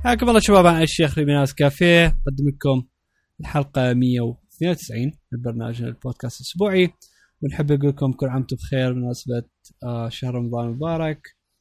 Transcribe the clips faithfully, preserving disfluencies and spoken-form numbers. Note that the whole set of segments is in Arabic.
حياكم الله شباب عن الشيخ ريميناس كافيه. قدم لكم الحلقة مية واثنين وتسعين من برنامج البودكاست الأسبوعي، ونحب نقول لكم كل عام وانتم بخير بمناسبة شهر رمضان المبارك.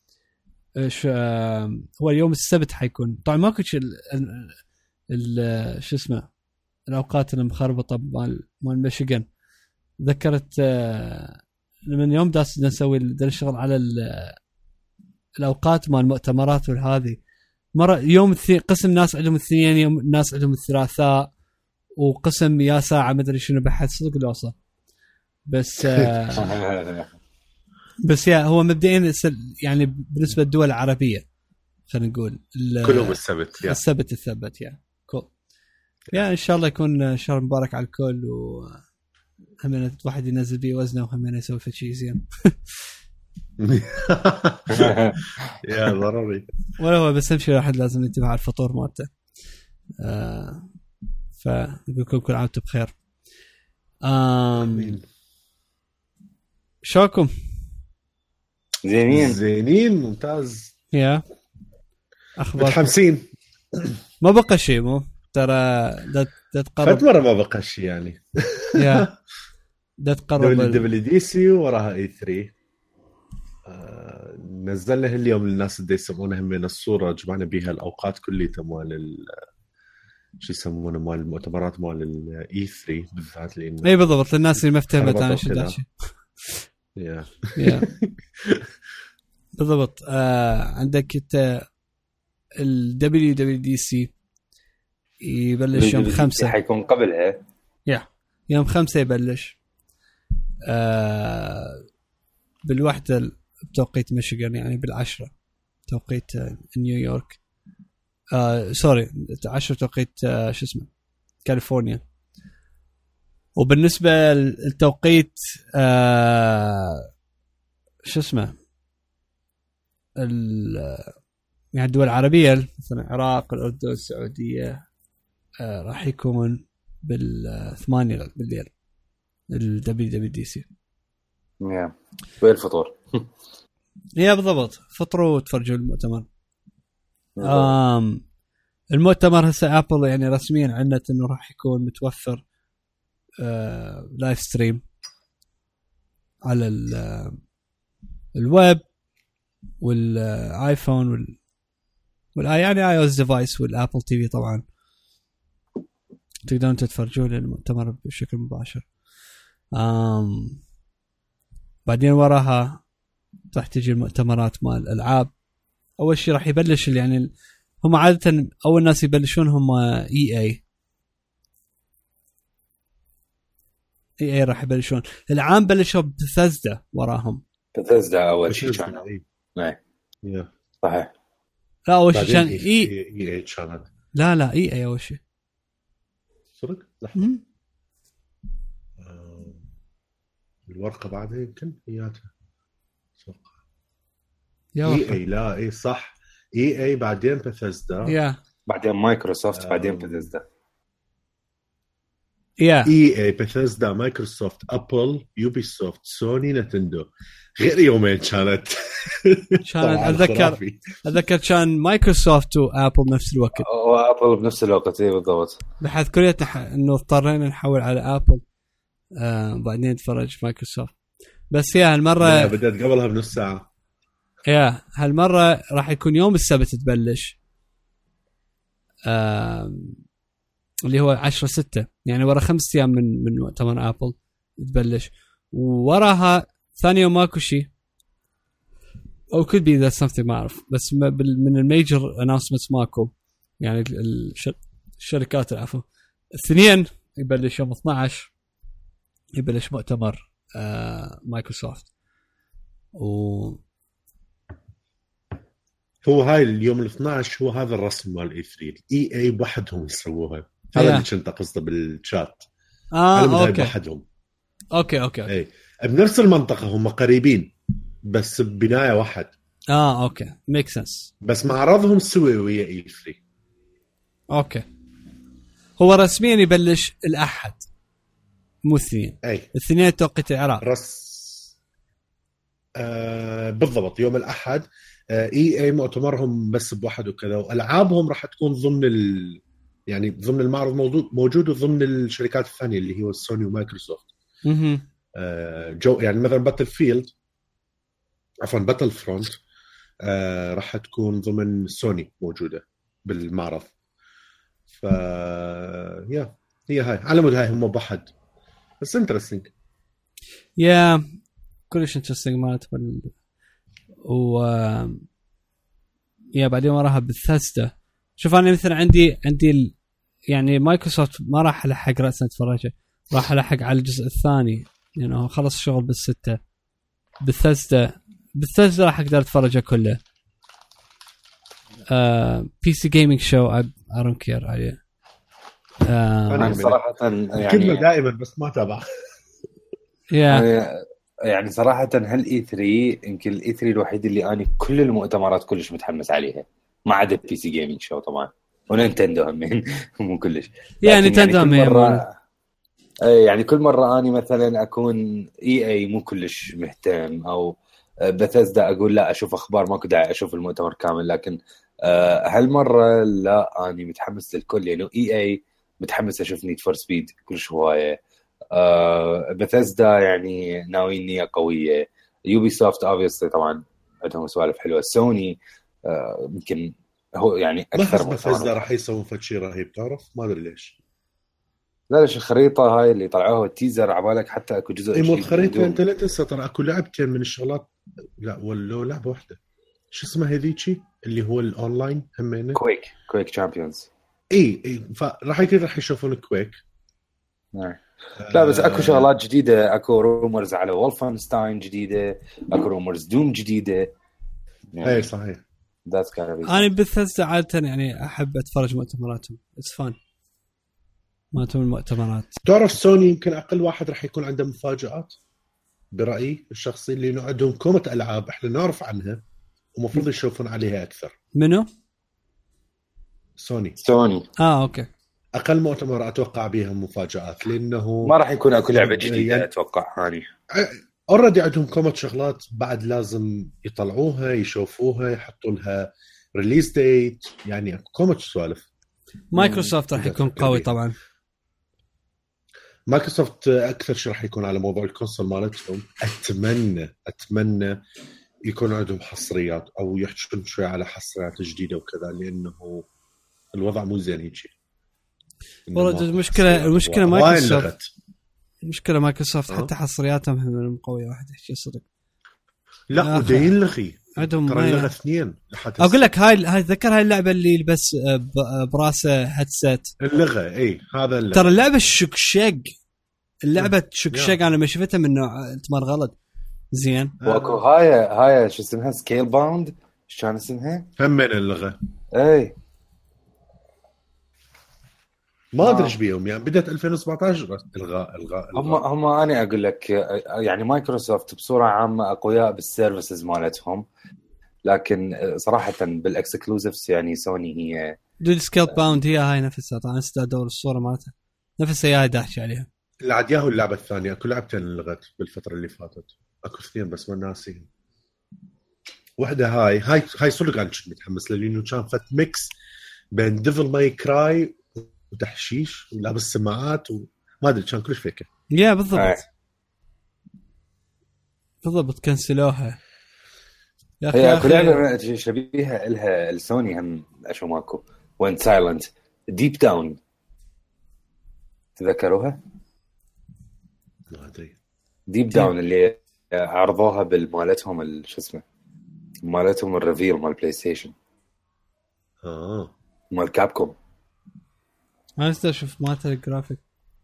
هو اليوم السبت حيكون طبعا ما كنتش ال ال شو اسمه الأوقات المخربطة مال مال ميشيغان. ذكرت من يوم داس نسوي الشغل على الأوقات مال المؤتمرات والهذه مرة يوم الثي... قسم ناس عندهم الاثنين، يوم ناس عندهم الثلاثاء، وقسم يا ساعة ما أدري شنو بحث صدق الوصل. بس آه بس يا هو مبدئيا يعني بالنسبة للدول العربية خلينا نقول كلهم السبت يا. السبت الثبت يا كول يا إن شاء الله يكون شهر مبارك على الكل، وهم واحد ينزل بيه وزنه وهم يسوي في شيء زين. يا ضروري ولا هو بس امشي واحد لازم ينتبه على الفطور مالته. آه فنقول لكم كل عام وانتم بخير. آم شوكم زينين زينين ممتاز يا اخبار متحمسين. ما بقى شيء مو ترى ده تقرب مرة ما بقى شيء يعني يا ده تقرب دبليو دي سي وراها اي ثري. آه نزلنا اليوم للناس اللي يسمونها من الصورة جمعنا بيها الأوقات كلية مال شو يسمونه مال المؤتمرات مال الاي ثري بالذات، لأن اي بالضبط الناس اللي ما افتهمت انا شو داشي. يا يا بالضبط. آه عندك انت ال دبليو دبليو دي سي يبلش يوم خمسة، حيكون قبلها يا يوم خمسة يبلش آه بالوحدة بتوقيت ميشيغان، يعني بالعشرة توقيت نيويورك. آه سوري عشرة توقيت آه شو اسمه كاليفورنيا. وبالنسبة للتوقيت آه شو اسمه يعني الدول العربية مثلا العراق الأردن السعودية آه راح يكون بالثمانية بالليل ال دبليو دبليو دي سي. يا بالفطور يا بالضبط فطروا وتفرجوا المؤتمر. آم المؤتمر هسه ابل يعني رسميا اعلنت انه راح يكون متوفر آه لايف ستريم على الويب والايفون وال والاي يعني اي او اس ديفايس والابل تي في. طبعا تقدرون تتفرجوا للمؤتمر بشكل مباشر. آم بعدين وراها راح تجي المؤتمرات مال الالعاب. اول شيء راح يبلش يعني هم عاده اول ناس يبلشون هم اي اي اي اي راح يبلشون العام. بلشوا بثزدا وراهم بثزدا اول شيء كان اي صحيح. لا اول شيء كان اي اي كانت لا لا اي اي اول شيء صدق لحظه الورقه بعدها يمكن هياتها اي اي لا اي صح اي اي بعدين بثزدا يا بعدين مايكروسوفت بعدين بثزدا يا اي اي بثزدا مايكروسوفت ابل يوبي سوفت سوني نتندو. غير يومين كانت كان اتذكر اتذكر كان مايكروسوفت وابل نفس الوقت وابل بنفس الوقت. اي بالضبط. بحيث كليتنا انه اضطرينا نحول على ابل آه بعدين نتفرج مايكروسوفت. بس يا هالمره بدأت قبلها بنص ساعه. يا هالمره راح يكون يوم السبت تبلش آه اللي هو عشرة ستة، يعني ورا خمس ايام من من مؤتمر ابل تبلش. ووراها ثاني يوم ماكو شيء او could be that something ما اعرف، بس من الميجر اناونسمنتس ماكو. يعني الشركات العفو الاثنين يبلش يوم اثناشر يبلش مؤتمر آه مايكروسوفت. و هو هاي اليوم الاثناشر هو هذا الرسم مال اي ثري. اي اي بوحدهم يسووها. هذا اللي كنت قصده بالشات. اه اوكي بوحدهم. اوكي اوكي اي بنفس المنطقه هم قريبين بس ببنايه واحد. اه اوكي ميك سنس. بس معرضهم سوي ويا اي ثري. اوكي هو رسميا يبلش الاحد مو الاثنين. اي الاثنين توقيت العراق. رس آه بالضبط يوم الأحد. آه إي إي مؤتمرهم بس بواحد وكذا، وألعابهم راح تكون ضمن ال يعني ضمن المعرض موجود موجود ضمن الشركات الثانية اللي هي سوني ومايكروسوفت. آه جو يعني مثلا باتل فيلد عفوا باتل فرونت آه راح تكون ضمن سوني موجودة بالمعرض. ف يا هي هاي على مود هاي هم بحد بس انترستينج. يا كلش انترستينج مالت بال... و يا بعدين وراها بالثاستا. شوف انا مثلا عندي عندي ال... يعني مايكروسوفت ما راح الحق راسا اتفرجه، راح الحق على الجزء الثاني لانه يعني خلص الشغل بالستة. بالثاستا بالثاستا راح اقدر اتفرجه كله. آه... بي سي جيمنج شو اي دونت كير عليه. آه... انا صراحه يعني كلمه دائما بس ما تابع. يا يعني صراحة هل إي ثري يمكن الإي ثري الوحيد اللي أنا كل المؤتمرات كلش متحمس عليها، ما عدا البي سي جيمينج شو طبعا ونينتندو همين مو كلش يعني نينتندو يعني كل مرة يعني كل مرة أنا مثلا أكون إي إي مو كلش مهتم أو بثزدا أقول لا أشوف أخبار ما كنت أشوف المؤتمر كامل، لكن هالمرة لا أنا متحمس للكل يعني إي إي متحمس أشوف نيد فور سبيد كلش هواية. آه بثزدا يعني ناويين نية قوية. يوبي سوفت obviously طبعا عندهم سوالف حلوة. سوني يمكن آه هو يعني أكثر بثزدا راح يسوون فتشي رهيب تعرف ما أدري ليش. لا ليش الخريطة هاي اللي طلعوها التيزر عبالك حتى أكو جزء إيه مو الخريطة أنت لا تنسى ترى أكو لعبتين من الشغلات لا ولا لعبة واحدة شو اسمها هذيكي اللي هو الأونلاين همينه كويك كويك تشامبيونز. إيه إيه فراح يكون راح يشوفون كويك. نعم لا بس اكو شغلات جديده، اكو رومرز على وولفنستاين جديده، اكو رومرز دوم جديده يعني. اي صحيح ذاتس كان انا بثزدا عاده يعني احب اتفرج مؤتمراتهم اتس فان ما تم المؤتمرات. تعرف سوني يمكن اقل واحد راح يكون عنده مفاجآت برايي الشخصي اللي عندهم كومة العاب احنا نعرف عنها ومفروض يشوفون عليها اكثر. منو؟ سوني. سوني اه اوكي. اقل مؤتمر اتوقع بيها مفاجآت لانه ما راح يكون اكو لعبه جديده يعني اتوقع هاني اوريدي عندهم كومة شغلات بعد لازم يطلعوها يشوفوها يحطوا لها ريليز ديت يعني كومة سوالف. مايكروسوفت راح يكون قوي طبعا. مايكروسوفت اكثر شيء راح يكون على موضوع الكونسول مالتهم. اتمنى اتمنى يكون عندهم حصريات او يحكون شوي على حصريات جديده وكذا لانه الوضع مو زين هيك. والله المشكله المشكله مايكروسوفت المشكله مايكروسوفت حتى حصرياتهم هم قويه واحده شيء صدق. لا ودين لغي عندهم ترى لغه اثنين. اقول لك هاي هاي ذكر هاي اللعبه اللي بس براسه هيدسيت اللغه اي هذا اللغة. ترى اللعبه الشكشق اللعبه شكشق انا ما شفتها من نوع انت ما غلط زين. واكو هاي هاي شو اسمها سكيل باوند ايش كان اسمها هم من اللغه اي ما ادري ايش بيهم يعني بدات ألفين وسبعطعش الغاء الغاء هم هم انا اقول لك يعني مايكروسوفت بصوره عامه اقوياء بالسيرفيسز مالتهم، لكن صراحه بالاكسكلوزيفز يعني سوني هي دول سكيل باوند هي هاي نفسها. طبعا استدور الصوره مالتها نفسها هي داحش عليها. اللي عاد ياهو اللعبه الثانيه اكو لعبتين لغت بالفتره اللي فاتت اكو اثنين بس ما ناسيهم. واحده هاي هاي هاي صدق انا كنت متحمس لانه كان فت ميكس بين ديفل ماي كراي وتحشيش ولابس سماعات وما ادري كان كلش فيكه. يا بالضبط آه. بالضبط كنسلوها يا اخي. هي كل لعبه شبيهه لها السوني هم اشو ماكو وين سايلنت ديب داون تذكروها؟ ما ادري ديب داون اللي عرضوها بالمالتهم شو اسمه مالتهم الريفيل مال بلاي ستيشن اه مال كابكوم. ما نقدر اشوف مالته الجرافيك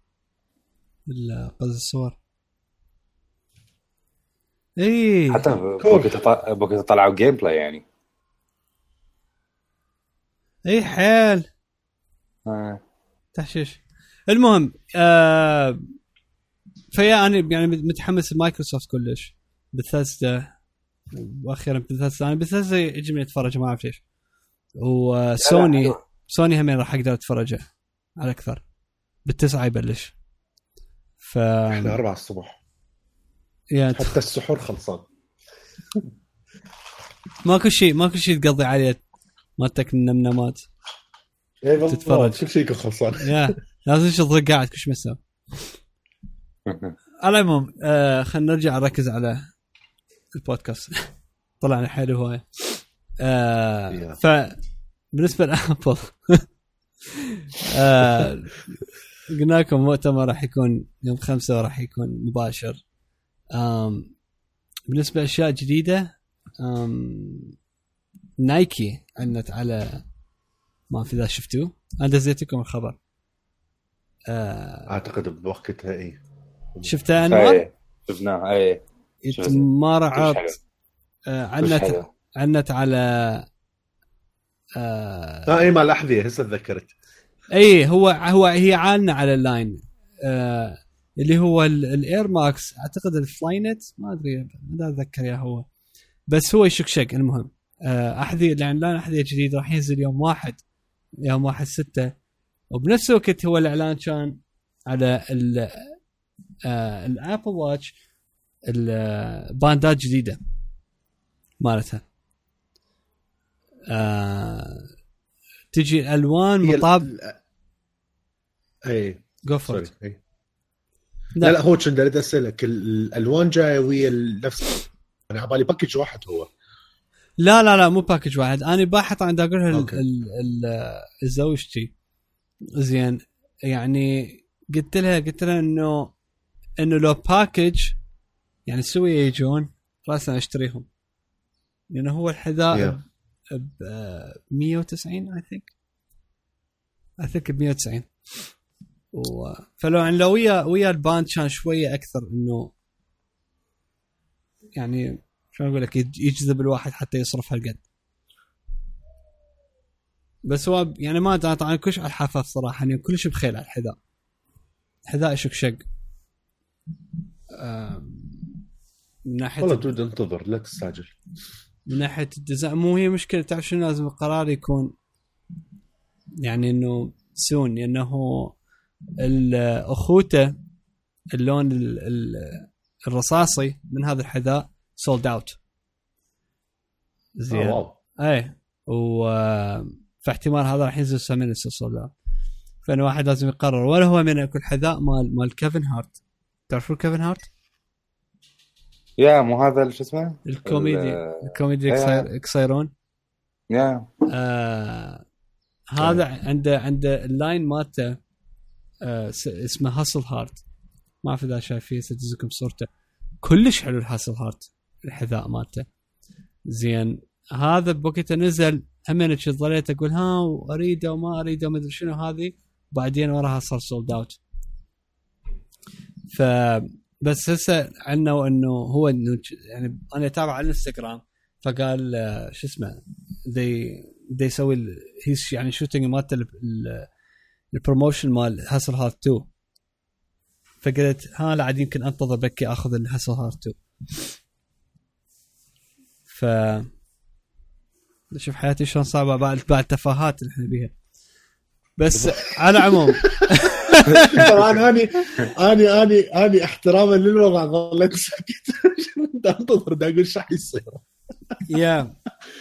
القصص الصور اي حتى بوقت طلعوا جيم بلاي يعني اي حيل آه. تحشيش. المهم آه فيا انا يعني متحمس لمايكروسوفت كلش بثزدا واخيرا بثزدا انا بثزدا يجيني اتفرج ما اعرف ليش. وسوني سوني همين راح اقدر اتفرجه على اكثر بالتسعة يبلش. ف احنا أربعة الصبح يعني حتى السحور خلصان. ماكو شيء ماكو شيء تقضي عليه مالتك النمنمات تتفرج كل شيء خلصان. يا لازم تشوف قاعد كل شيء مسوي. على العموم آه خلينا نرجع نركز على البودكاست. طلعنا حلو هواي. آه فبالنسبه لابل آه قلنا لكم مؤتمر راح يكون يوم خمسة وراح يكون مباشر. آم بالنسبه لاشياء جديده آم نايكي عنت على ما في ذا شفتوه انا دزيتكم الخبر. آه اعتقد بوقتها اي شفتها انور شفناه اي مارعت آه عنت عنت على اه اي مال الاحذيه هسه تذكرت. اي هو هو هي عالنا على اللاين آه اللي هو الاير ماكس اعتقد الفلاينت ما ادري ما اتذكر يا هو بس هو يشكشك. المهم آه احذيه الاعلان احذيه جديد راح ينزل يوم واحد يوم واحد ستة وبنفس الوقت هو الاعلان كان على ال آه الابل واتش الباندات جديده مالتها آه تجي الالوان مطاب اي قفل لا. لا لا هو كنت اريد اسالك الالوان جايه ويا نفس انا على بالي باكج واحد هو. لا لا لا مو باكج واحد انا باحث عن داقرها الزوجتي زين يعني قلت لها قلت لها انه انه لو باكج يعني سوي يجون راسا اشتريهم لانه هو الحذاء yeah. ب مية وتسعين اي ثينك اي ثينك ب مية وتسعين و... فلو يعني لو ويا ويا الباند كان شويه اكثر انه يعني شو اقول لك يجذب الواحد حتى يصرف هالقد. بس هو يعني ما طبعا كلش على الحافظ صراحه يعني كلش بخيل على الحذاء. الحذاء شقشق من ناحيه والله تود انتظر لا تستعجل. من ناحيه الديزاين مو هي مشكله تعرف شنو لازم القرار يكون يعني انه سون لانه الاخوته اللون الرصاصي من هذا الحذاء سولد اوت زين أوه. اي و فاحتمال هذا راح ينزل سمين سولد اوت فانا واحد لازم يقرر ولا هو من كل حذاء مال مال كيفن هارت. تعرفوا كيفن هارت؟ يا مو هذا شو اسمه الكوميدي الكوميدي اكسايرون يا آه هذا عنده عنده اللاين مالته آه اسمه هاسل هارت ما في ذا شايفيه ستجيكم صورته كلش حلو الهاسل هارت الحذاء مالته زين. هذا بوقته نزل همين ظليت اقول ها واريده وما اريده ما ادري شنو هذه بعدين وراها صار سولد اوت. ف بس هسه عنه انه هو انه يعني انا اتابع على الانستغرام فقال شو اسمه ذي ذي يسوي هيس يعني شوتينج مالته البروموشن مال هاسل هارت اثنين فقلت ها لا عاد يمكن انتظر بكي اخذ الهاسل هارت اثنين. ف شوف حياتي شلون صعبه بعد بعد التفاهات اللي احنا بيها. بس على عموم طبعا اني اني اني اني احتراما للوضع ظليت ساكت انتظر دا اقول شو راح يصير. يا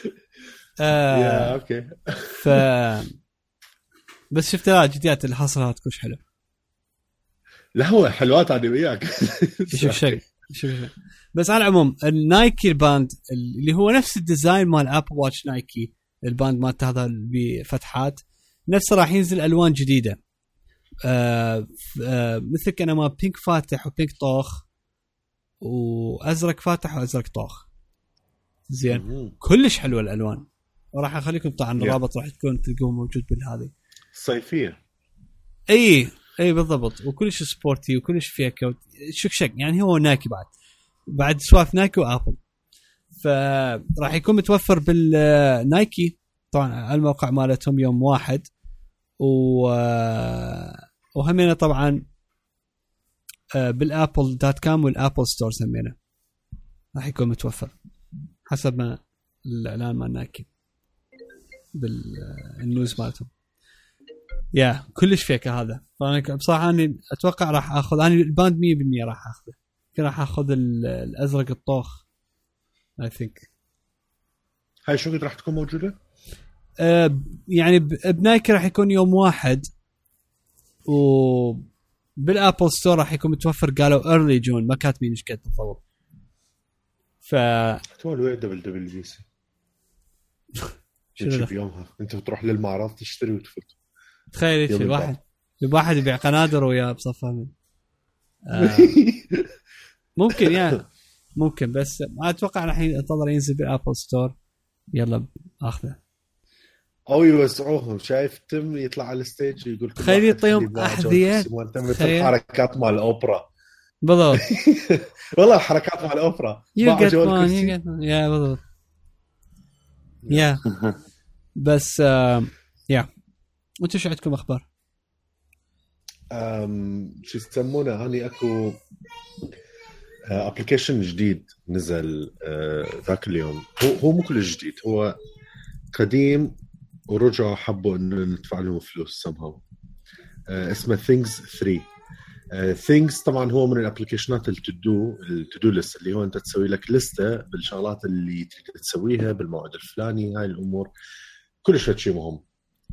يا اوكي ف بس شفت لا جديات اللي حصلت كلش حلو. لا هو حلوات عادي وياك شوف شيء شوف شيء. بس على العموم النايكي الباند اللي هو نفس الديزاين مال ابل واتش نايكي الباند مالته هذا بفتحات نفسه راح ينزل الوان جديده آه آه مثل كان ما بينك فاتح وبينك طوخ وازرق فاتح وازرق طوخ زين كلش حلوه الالوان وراح اخليكم طبعا الرابط راح تكون تلقوه موجود بالهذه صيفيه. اي اي بالضبط وكلش سبورتي وكلش فيها كوت شكشك يعني هو نايكي بعد بعد سواف نايكي وابل فراح يكون متوفر بالنايكي طبعا على الموقع مالتهم يوم واحد و وهمينه طبعا بالابل دوت كوم والابل ستور همينه راح يكون متوفر حسب ما الاعلان مال نايكي بالنيوز مالتهم. يا كلش فيك هذا فانا بصراحه اني اتوقع راح اخذ انا الباند مية بالمية راح اخذه راح اخذ الازرق الطوخ I think. هاي شو قد راح تكون موجودة؟ أه يعني بنايكي راح يكون يوم واحد، وبالابل ستور راح يكون متوفر قالوا early جون، ما كاتبين ايش قد بالضبط. ف احتمال وين دبل دبل جي سي شو بيومها انت بتروح للمعرض تشتري وتفوت. تخيل في واحد واحد يبيع قنادر ويا بصفها آه ممكن يعني ممكن، بس ما اتوقع راح ينتظر ينزل بالابل ستور يلا اخذه او يوزعوهم. شايف تم يطلع على الستيج يقول تخيل يعطيهم احذيه مثل الحركات مال الاوبرا بالضبط. والله الحركات مال الاوبرا يا بالضبط يا بس آه يا وانتو شو عندكم اخبار؟ امم شو يسمونه اني اكو ابلكيشن جديد نزل ذاك اليوم. هو هو مو كل جديد، هو قديم ورجعوا حبوا انه ندفع لهم فلوس somehow. اسمه Things ثري. Things طبعا هو من الابلكيشنات التدو التدو ليست، اللي هو انت تسوي لك لستة بالشغلات اللي تريد تسويها بالموعد الفلاني. هاي الامور كلش شيء مهم،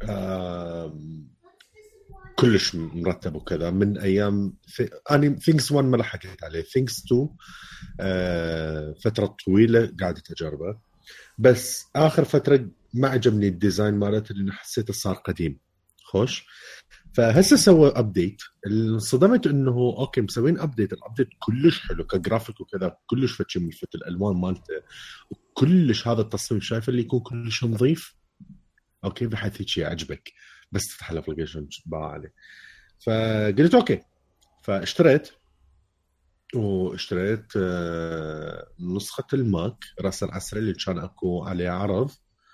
كلش مرتب وكذا من ايام اني Things واحد ما لحقت عليه. Things تو آه فتره طويله قاعده اجربه، بس اخر فتره ما عجبني الديزاين مالته لانه حسيته صار قديم خوش. فهسه سوى ابديت، انصدمت انه اوكي مسوين ابديت. الابديت كلش حلو كجرافيك وكذا، كلش فتش ملفت الالوان مالته وكلش هذا التصميم شايف اللي يكون كلش نظيف اوكي بحيث هيك يعجبك بس تفتح الابلكيشن تباع عليه. فقلت اوكي، فاشتريت واشتريت نسخة الماك راس العسري اللي كان اكو عليه عرض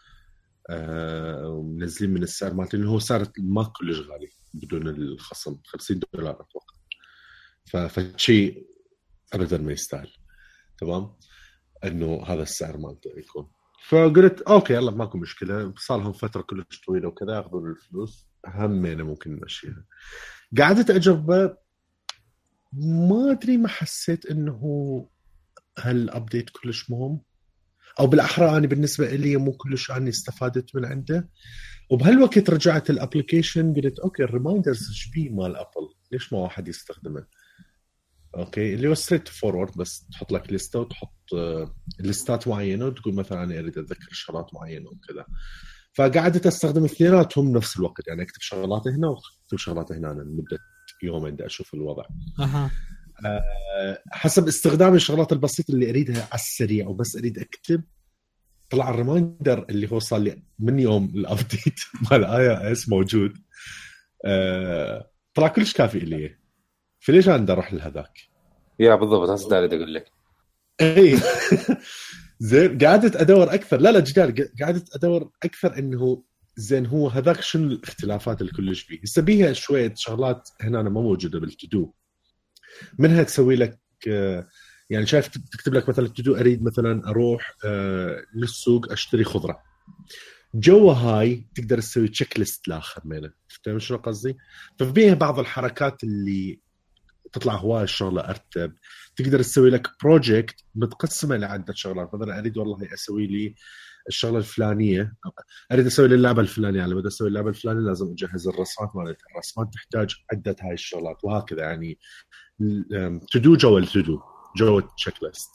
ومنزلين من السعر مالته اللي هو سعر الماك كلش غالي بدون الخصم خمسين دولار اتوقع. فشي ابدا ما يستاهل تمام انه هذا السعر مالته يكون. فقلت اوكي يلا ماكو مشكله، صار لهم فتره كلش طويله وكذا ياخذون الفلوس همينه ممكن نمشيها. قعدت اجربه ما ادري ما حسيت انه هالابديت كلش مهم، او بالاحرى انا بالنسبه لي مو كلش اني استفادت من عنده. وبهالوقت رجعت الابلكيشن قلت اوكي الريمايندرز ايش بيه مال ابل ليش ما واحد يستخدمه؟ اوكي اللي هو ستريت فورورد، بس تحط لك لسته وتحط لستات معينه وتقول مثلا انا اريد اتذكر شغلات معينه وكذا. فقعدت استخدم اثنيناتهم نفس الوقت، يعني اكتب شغلات هنا واكتب شغلات هنا لمده يومين بدي اشوف الوضع. اها أه حسب استخدام الشغلات البسيطه اللي اريدها على السريع وبس اريد اكتب. طلع الريمايندر اللي هو صار لي من يوم الابديت مال اي اس موجود، أه طلع كلش كافي لي. فليش انا بدي اروح لهذاك؟ يا بالضبط هسه داري اقول لك اي زين قعدت ادور اكثر. لا لا جدال قعدت ادور اكثر انه زين هو هذاك شنو الاختلافات اللي كلش فيه. هسه بيها شويه شغلات هنا أنا ما موجوده بالتدو، منها تسوي لك يعني شايف تكتب لك مثلا تدو اريد مثلا اروح للسوق اشتري خضره، جوا هاي تقدر تسوي تشيك ليست لاخر منه. فهمت شنو قصدي؟ فبيها بعض الحركات اللي تطلع هواي الشغله ارتب. تقدر تسوي لك بروجكت متقسمه لعده شغلات، مثلا اريد والله اسوي لي الشغله الفلانيه، اريد اسوي لي اللعبه الفلانيه، على بدي اسوي اللعبه الفلانيه لازم اجهز الرسمات مالتها، الرسمات تحتاج عده هاي الشغلات وهكذا. يعني تدو جوا التدو جوا التشيك ليست.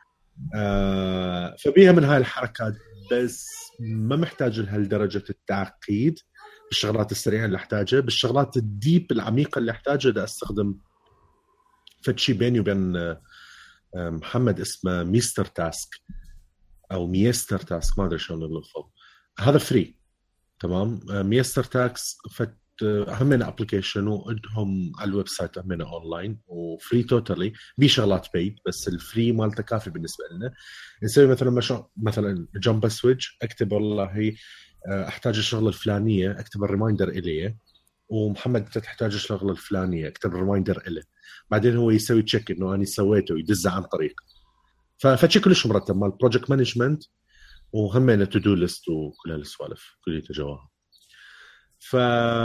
آه فبيها من هاي الحركات، بس ما محتاج لهالدرجه التعقيد بالشغلات السريعه اللي احتاجها. بالشغلات الديب العميقه اللي احتاجها دا استخدم فتشي بيني وبين محمد اسمه ميستر تاسك او ميستر تاسك ما ادري شلون نلفظه. هذا فري تمام. ميستر تاكس فت همين ابلكيشن وعندهم على الويب سايت همين اونلاين وفري توتالي. بي شغلات بيد بس الفري مالته كافي بالنسبه لنا. نسوي مثلا مشروع مثلا جامب سويتش، اكتب والله احتاج الشغله الفلانيه اكتب الريمايندر اليه، ومحمد تحتاج الشغله الفلانيه اكتب الريمايندر له، بعدين هو يسوي تشيك انه انا سويته ويدزه عن طريق. ففتشي كلش مرتب مال بروجكت مانجمنت وهمين تو دو ليست وكل هالسوالف كلها جواها. ف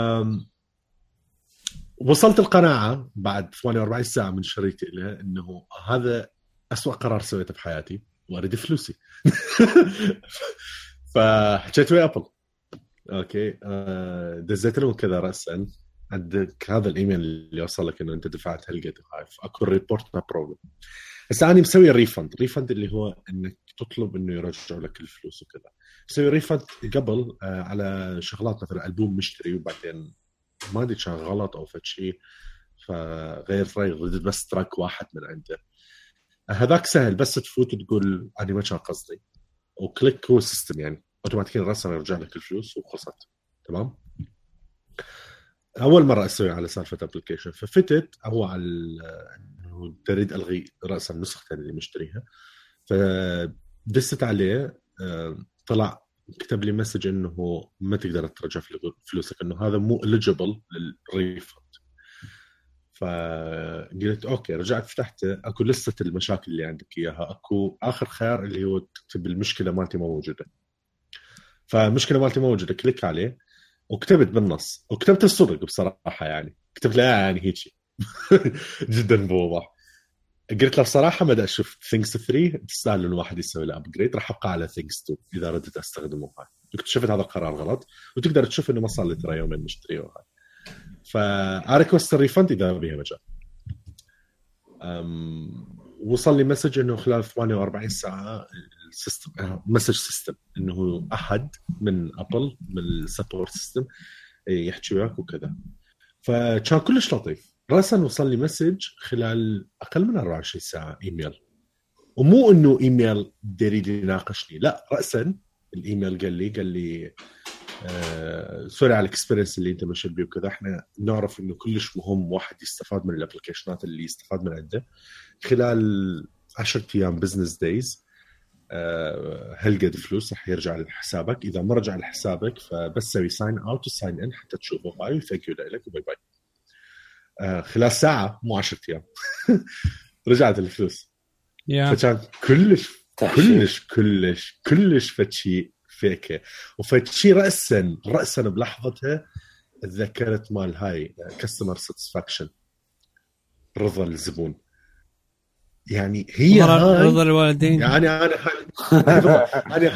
وصلت القناعه بعد ثمانية وأربعين ساعه من شريتي لها انه هذا أسوأ قرار سويته بحياتي، واريد فلوسي. فحكيت ويا ابل اوكي آه دزيت لهم كذا راسا عندك هذا الايميل اللي وصل لك انه انت دفعت هالقد هاي اكو ريبورت ما بروبلم. بس انا مسوي الريفند ريفند اللي هو انك تطلب انه يرجعوا لك الفلوس وكذا. مسوي ريفند قبل آه على شغلات مثلا البوم مشتري وبعدين ما ادري كان غلط او فد شيء فغير راي ردت بس تراك واحد من عنده. هذاك سهل بس تفوت وتقول انا ما كان قصدي وكليك هو السيستم يعني اوتوماتيكيا راسا يرجع لك الفلوس وخلصت تمام. اول مره اسوي على سالفه ابلكيشن ففتت هو على انه تريد الغي راسا النسخه اللي مشتريها فدست عليه طلع كتب لي مسج انه ما تقدر ترجع فلوسك انه هذا مو eligible للريفند. فقلت اوكي رجعت فتحته اكو لسته المشاكل اللي عندك اياها اكو اخر خيار اللي هو تكتب المشكله مالتي ما موجوده. فمشكله مالتي موجوده كليك عليه وكتبت بالنص وكتبت الصدق بصراحه يعني كتبت له يعني هيك جدا بوضح. قلت له بصراحه ما دا اشوف ثينكس ثلاثة تستاهل الواحد يسوي له ابجريد راح ابقى على ثينكس اثنين اذا ردت استخدمه هاي. اكتشفت هذا القرار غلط وتقدر تشوف انه ما صار لي ترى يومين مشتريه هاي. فاريكوست الريفند اذا بيها مجال. وصل لي مسج انه خلال ثمانية وأربعين ساعه السيستم مسج سيستم انه احد من ابل من السبورت سيستم يحكي وياك وكذا. فكان كلش لطيف راسا. وصل لي مسج خلال اقل من أربعة وعشرين ساعه ايميل ومو انه ايميل يريد يناقشني لا راسا الايميل قال لي قال لي آه، سوري على الاكسبيرينس اللي انت ماشي بيه وكذا. احنا نعرف انه كلش مهم واحد يستفاد من الابلكيشنات اللي يستفاد من عنده خلال عشرة ايام بزنس دايز أه هالقد فلوس رح يرجع لحسابك. اذا ما رجع لحسابك فبس سوي ساين اوت وساين ان حتى تشوفه هاي وثانك يو لك وباي باي. أه خلال ساعه مو عشرة ايام رجعت الفلوس. yeah. فكان كلش كلش كلش كلش فتشي فيك وفتشي رأسا رأسا بلحظتها تذكرت مال هاي كاستمر ساتسفاكشن رضا الزبون يعني هي هاي رضا الوالدين يعني انا انا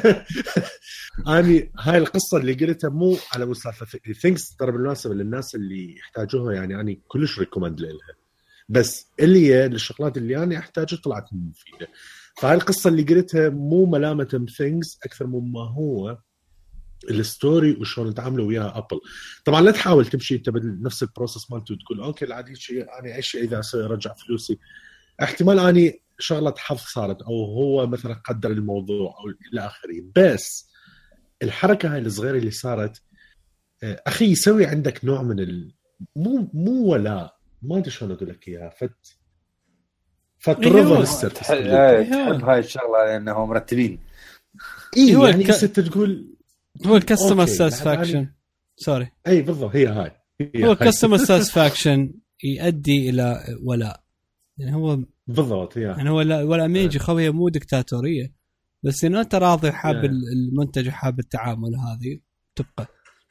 انا هاي القصه اللي قلتها مو على مسافه ثينكس ترى بالمناسبه للناس اللي يحتاجوها يعني انا كلش ريكومند لها بس اللي هي الشغلات اللي انا احتاجها طلعت مفيده. فهاي القصة اللي قلتها مو ملامة ثينكس أكثر مما هو الستوري وشون نتعاملوا وياها أبل. طبعا لا تحاول تمشي أنت بنفس البروسس مالته وتقول أوكي العادي شيء أنا أي شيء إذا أسوي أرجع فلوسي. احتمال أني شغلة حظ صارت أو هو مثلا قدر الموضوع أو إلى آخره. بس الحركة هاي الصغيرة اللي صارت أخي يسوي عندك نوع من ال... مو مو ولا ما أدري شلون أقول لك إياها فت فترضى للسيرفس. تحب هاي الشغله لانهم مرتبين. اي يعني الك... ست تقول هو الكاستمر ساتسفاكشن سوري اي بالضبط هي هاي هي هو الكاستمر ساتسفاكشن يؤدي الى ولاء يعني هو بالضبط هي يعني هو ولا ميجي خويه مو دكتاتوريه بس انه انت راضي حاب المنتج وحاب التعامل هذه تبقى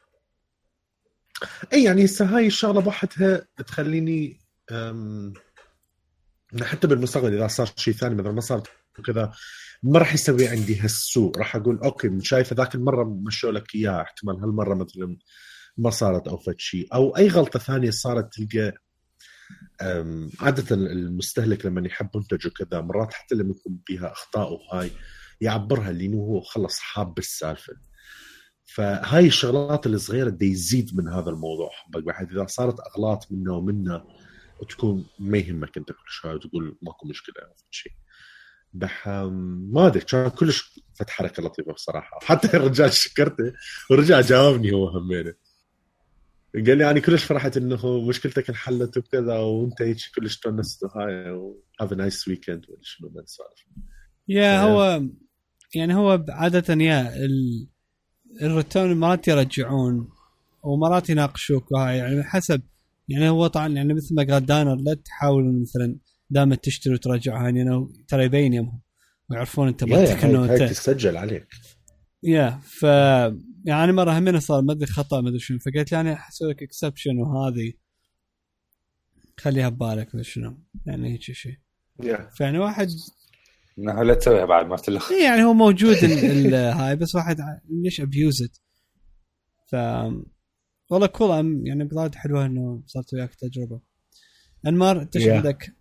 اي يعني هسه هاي الشغله بحتها تخليني أم... حتى بالمستقبل اذا صار شيء ثاني مثلا ما صار كذا ما راح يسوي عندي هالسوء. راح اقول اوكي مش شايف ذاك المره مشوا لك اياها احتمال هالمره مثلا ما صارت او فد شيء او اي غلطه ثانيه صارت. تلقى عاده المستهلك لما يحب منتج وكذا مرات حتى لما يكون فيها اخطاء وهاي يعبرها لانه هو خلص حاب السالفه. فهاي الشغلات الصغيره دي يزيد من هذا الموضوع بحيث اذا صارت اغلاط منه ومنه وتكون ما يهمك انت كل شيء وتقول ماكو مشكله او شيء. بح ما ادري كان كلش فت حركه لطيفه بصراحه. حتى الرجال شكرته ورجع جاوبني هو همينه قال لي انا كلش فرحت انه مشكلتك انحلت وكذا وانت هيك كلش تونست وهاي وهاف نايس ويكند ولا شنو ما نسولف. يا هو يعني هو عاده يا الريتيرن مرات يرجعون ومرات يناقشوك وهاي يعني حسب يعني هو طبعا يعني مثل ما قال دانر لا تحاول مثلا دائما تشتري وترجع يعني أنا ترى يبين يمهم ويعرفون انت بتك انه انت تسجل عليك يا ف يعني مره همنا صار ما ادري خطا ما ادري شنو فقلت يعني احسب لك اكسبشن وهذه خليها ببالك ما شنو يعني هيك شيء yeah. فيعني واحد انه لا تسويها بعد ما تلخ. إيه يعني هو موجود ال- ال- هاي بس واحد ليش ابيوزد. ف والله كول ام يعني بضاد حلوه انه صارت وياك تجربه. انمار انت ايش Yeah. عندك؟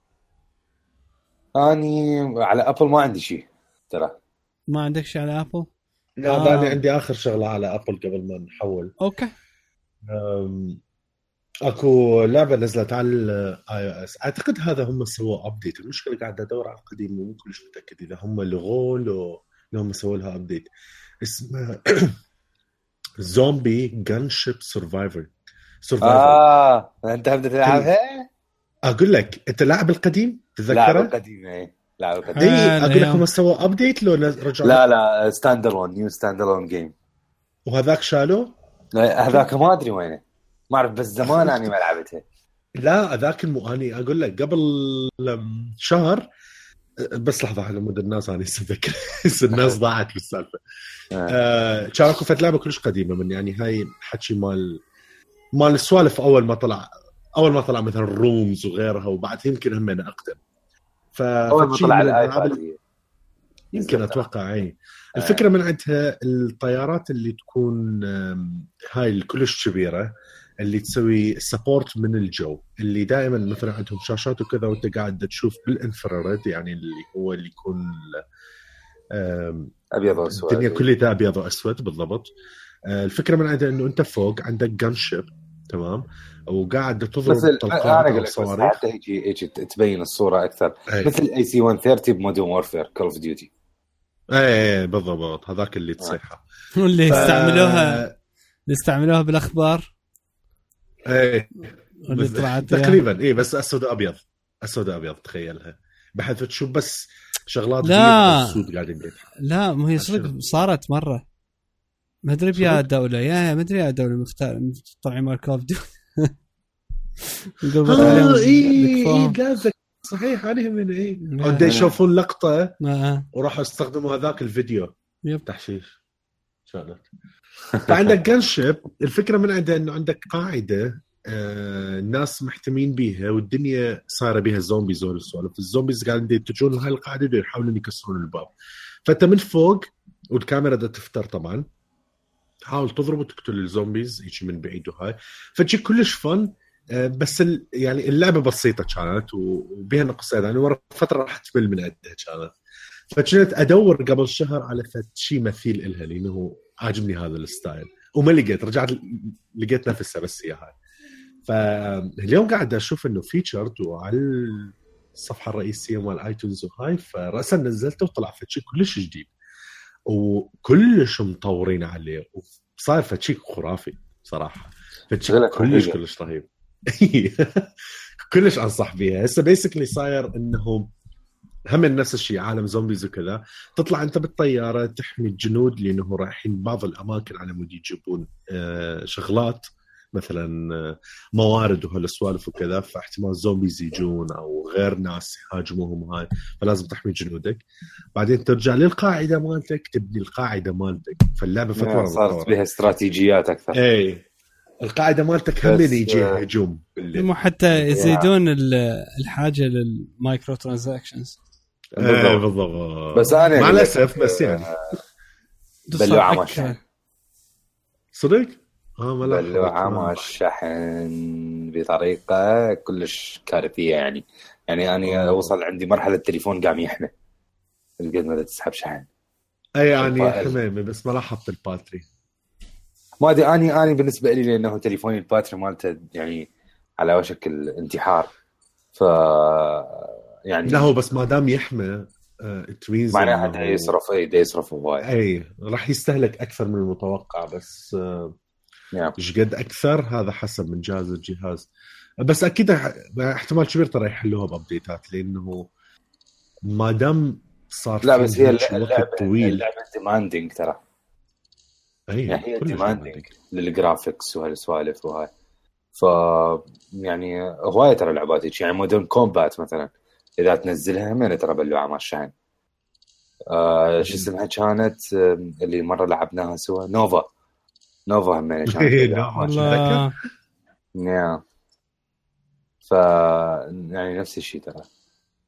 اني على ابل ما عندي شيء ترى. ما عندك شيء على ابل؟ لا آه. آه. عندي اخر شغله على ابل قبل ما نحول. اوكي. أم... اكو لعبه نزلت على اي او اس، اعتقد هذا هم سووا ابديت. المشكله قاعد ادور على القديم مو كلش متاكد اذا هم لغوا لو لهم سووا لها ابديت. اسمها زومبي جان شيب سرفايفر. سرفايفر اه انت بدك تلعبها؟ اقول لك انت لاعب القديم تتذكره؟ لعبه قديمه ايه لعبه قديمه. اي اقول لك آه. هم سووا ابديت لو رجعوا؟ لا لا ستاند الون نيو ستاند الون جيم. وهذاك شالوه؟ هذاك ما ادري وينه ما اعرف بس زمان اني ما لعبتها. لا ذاك المو اني اقول لك قبل شهر بس لحظه على مود الناس انا اتذكر الناس ضاعت بالسالفه. آه كان اكو فت لعبه كلش قديمه من يعني هاي حكي مال مال السوالف اول ما طلع اول ما طلع مثلا الرومز وغيرها وبعد يمكن هم انا اقدم. ف اول ما طلع الايباد يمكن اتوقع اي الفكره من عندها الطيارات اللي تكون هاي الكلش كبيره اللي تسوي سبورت من الجو اللي دائما مثلا عندهم شاشات وكذا وانت قاعد تشوف بالانفراريد يعني اللي هو اللي يكون ابيض واسود الدنيا كلها ابيض واسود بالضبط. الفكره من عندها انه انت فوق عندك جان شيب تمام وقاعد تضرب طلقات او صواريخ حتى يجي يجي تبين الصوره اكثر أي. مثل اي سي مية وثلاثين بمودرن وورفير كول اوف ديوتي. ايه بالضبط هذاك اللي تصيحه واللي ف... استعملوها اللي استعملوها بالاخبار ايه واللي طلعت تقريبا ايه بس اسود ابيض اسود ابيض تخيلها بحيث تشوف بس شغلات لا السود قاعدين بيتها. لا ما هي صدق صارت مره ما ادري بيا دوله يا ما ادري يا دوله مختار طلعوا مال كوف دو اه ايه قازك صحيح عليهم من ايه بده يشوفون لقطه وراحوا استخدموا هذاك الفيديو يب تحشيش شغلت. فعندك جنشيب الفكره من عنده انه عندك قاعده آه الناس محتمين بيها والدنيا صايره بيها زومبيز والسوالف الزومبيز قاعدين يتجون لهاي القاعده يحاولون يكسرون الباب. فانت من فوق والكاميرا دا تفتر طبعا تحاول تضرب وتقتل الزومبيز يجي من بعيد وهاي فشي كلش فن. آه بس يعني اللعبه بسيطه كانت وبيها نقصين يعني ورا فتره راح تمل من عندها كانت. فكنت ادور قبل شهر على شيء مثيل إلها لانه عاجبني هذا الستايل وما لقيت رجعت لقيت نفسها بس هي هاي. فاليوم قاعد اشوف انه فيتشرد وعلى الصفحه الرئيسيه مال ايتونز وهاي فراسا نزلته وطلع فشي كلش جديد وكلش مطورين عليه وصار فشي خرافي صراحه فشي كلش كلش رهيب كلش انصح بيها. هسه بيسكلي صاير انه هم نفس الشيء عالم زومبيز وكذا تطلع انت بالطياره تحمي الجنود لانه رايحين بعض الاماكن على مود يجيبون شغلات مثلا موارد وهالسوالف وكذا فاحتمال زومبيز يجون او غير ناس يهاجموهم هاي فلازم تحمي جنودك. بعدين ترجع للقاعده مالتك تبني القاعده مالتك فاللعبه فتره صارت بها استراتيجيات اكثر. اي القاعده مالتك هم يجي هجوم مو حتى يزيدون الحاجه للمايكرو ترانزاكشنز بالضبط. بالضبط بس انا مع الاسف بس يعني بلوعه مع الشحن صدق اه بلوعه مع الشحن بطريقه كلش كارثيه يعني يعني انا وصل عندي مرحله التليفون قام يحمى قد ما تسحب شحن اي يعني حمامي بس ما راح احط الباتري ما ادري اني اني بالنسبه لي لانه تليفوني الباتري مالته يعني على وشك الانتحار ف يعني لا هو بس ما دام يحمى تميز معناها حتى يصرف اي ده يصرف هواي اي راح يستهلك اكثر من المتوقع بس ايش قد اكثر هذا حسب من جهاز الجهاز. بس اكيد احتمال كبير ترى يحلوها بابديتات لانه ما دام صار لا بس هي اللعبه طويل اللعبه ديماندينج ترى اي يعني هي ديماندينج للجرافيكس وهالسوالف وهاي ف يعني هوايه ترى لعبات يعني مودرن كومبات مثلا اذا تنزلها من ترى بلوعه مع الشحن. آه شو اسمها كانت اللي مره لعبناها سوا نوفا نوفا هم كانت والله يا ف يعني نفس الشيء ترى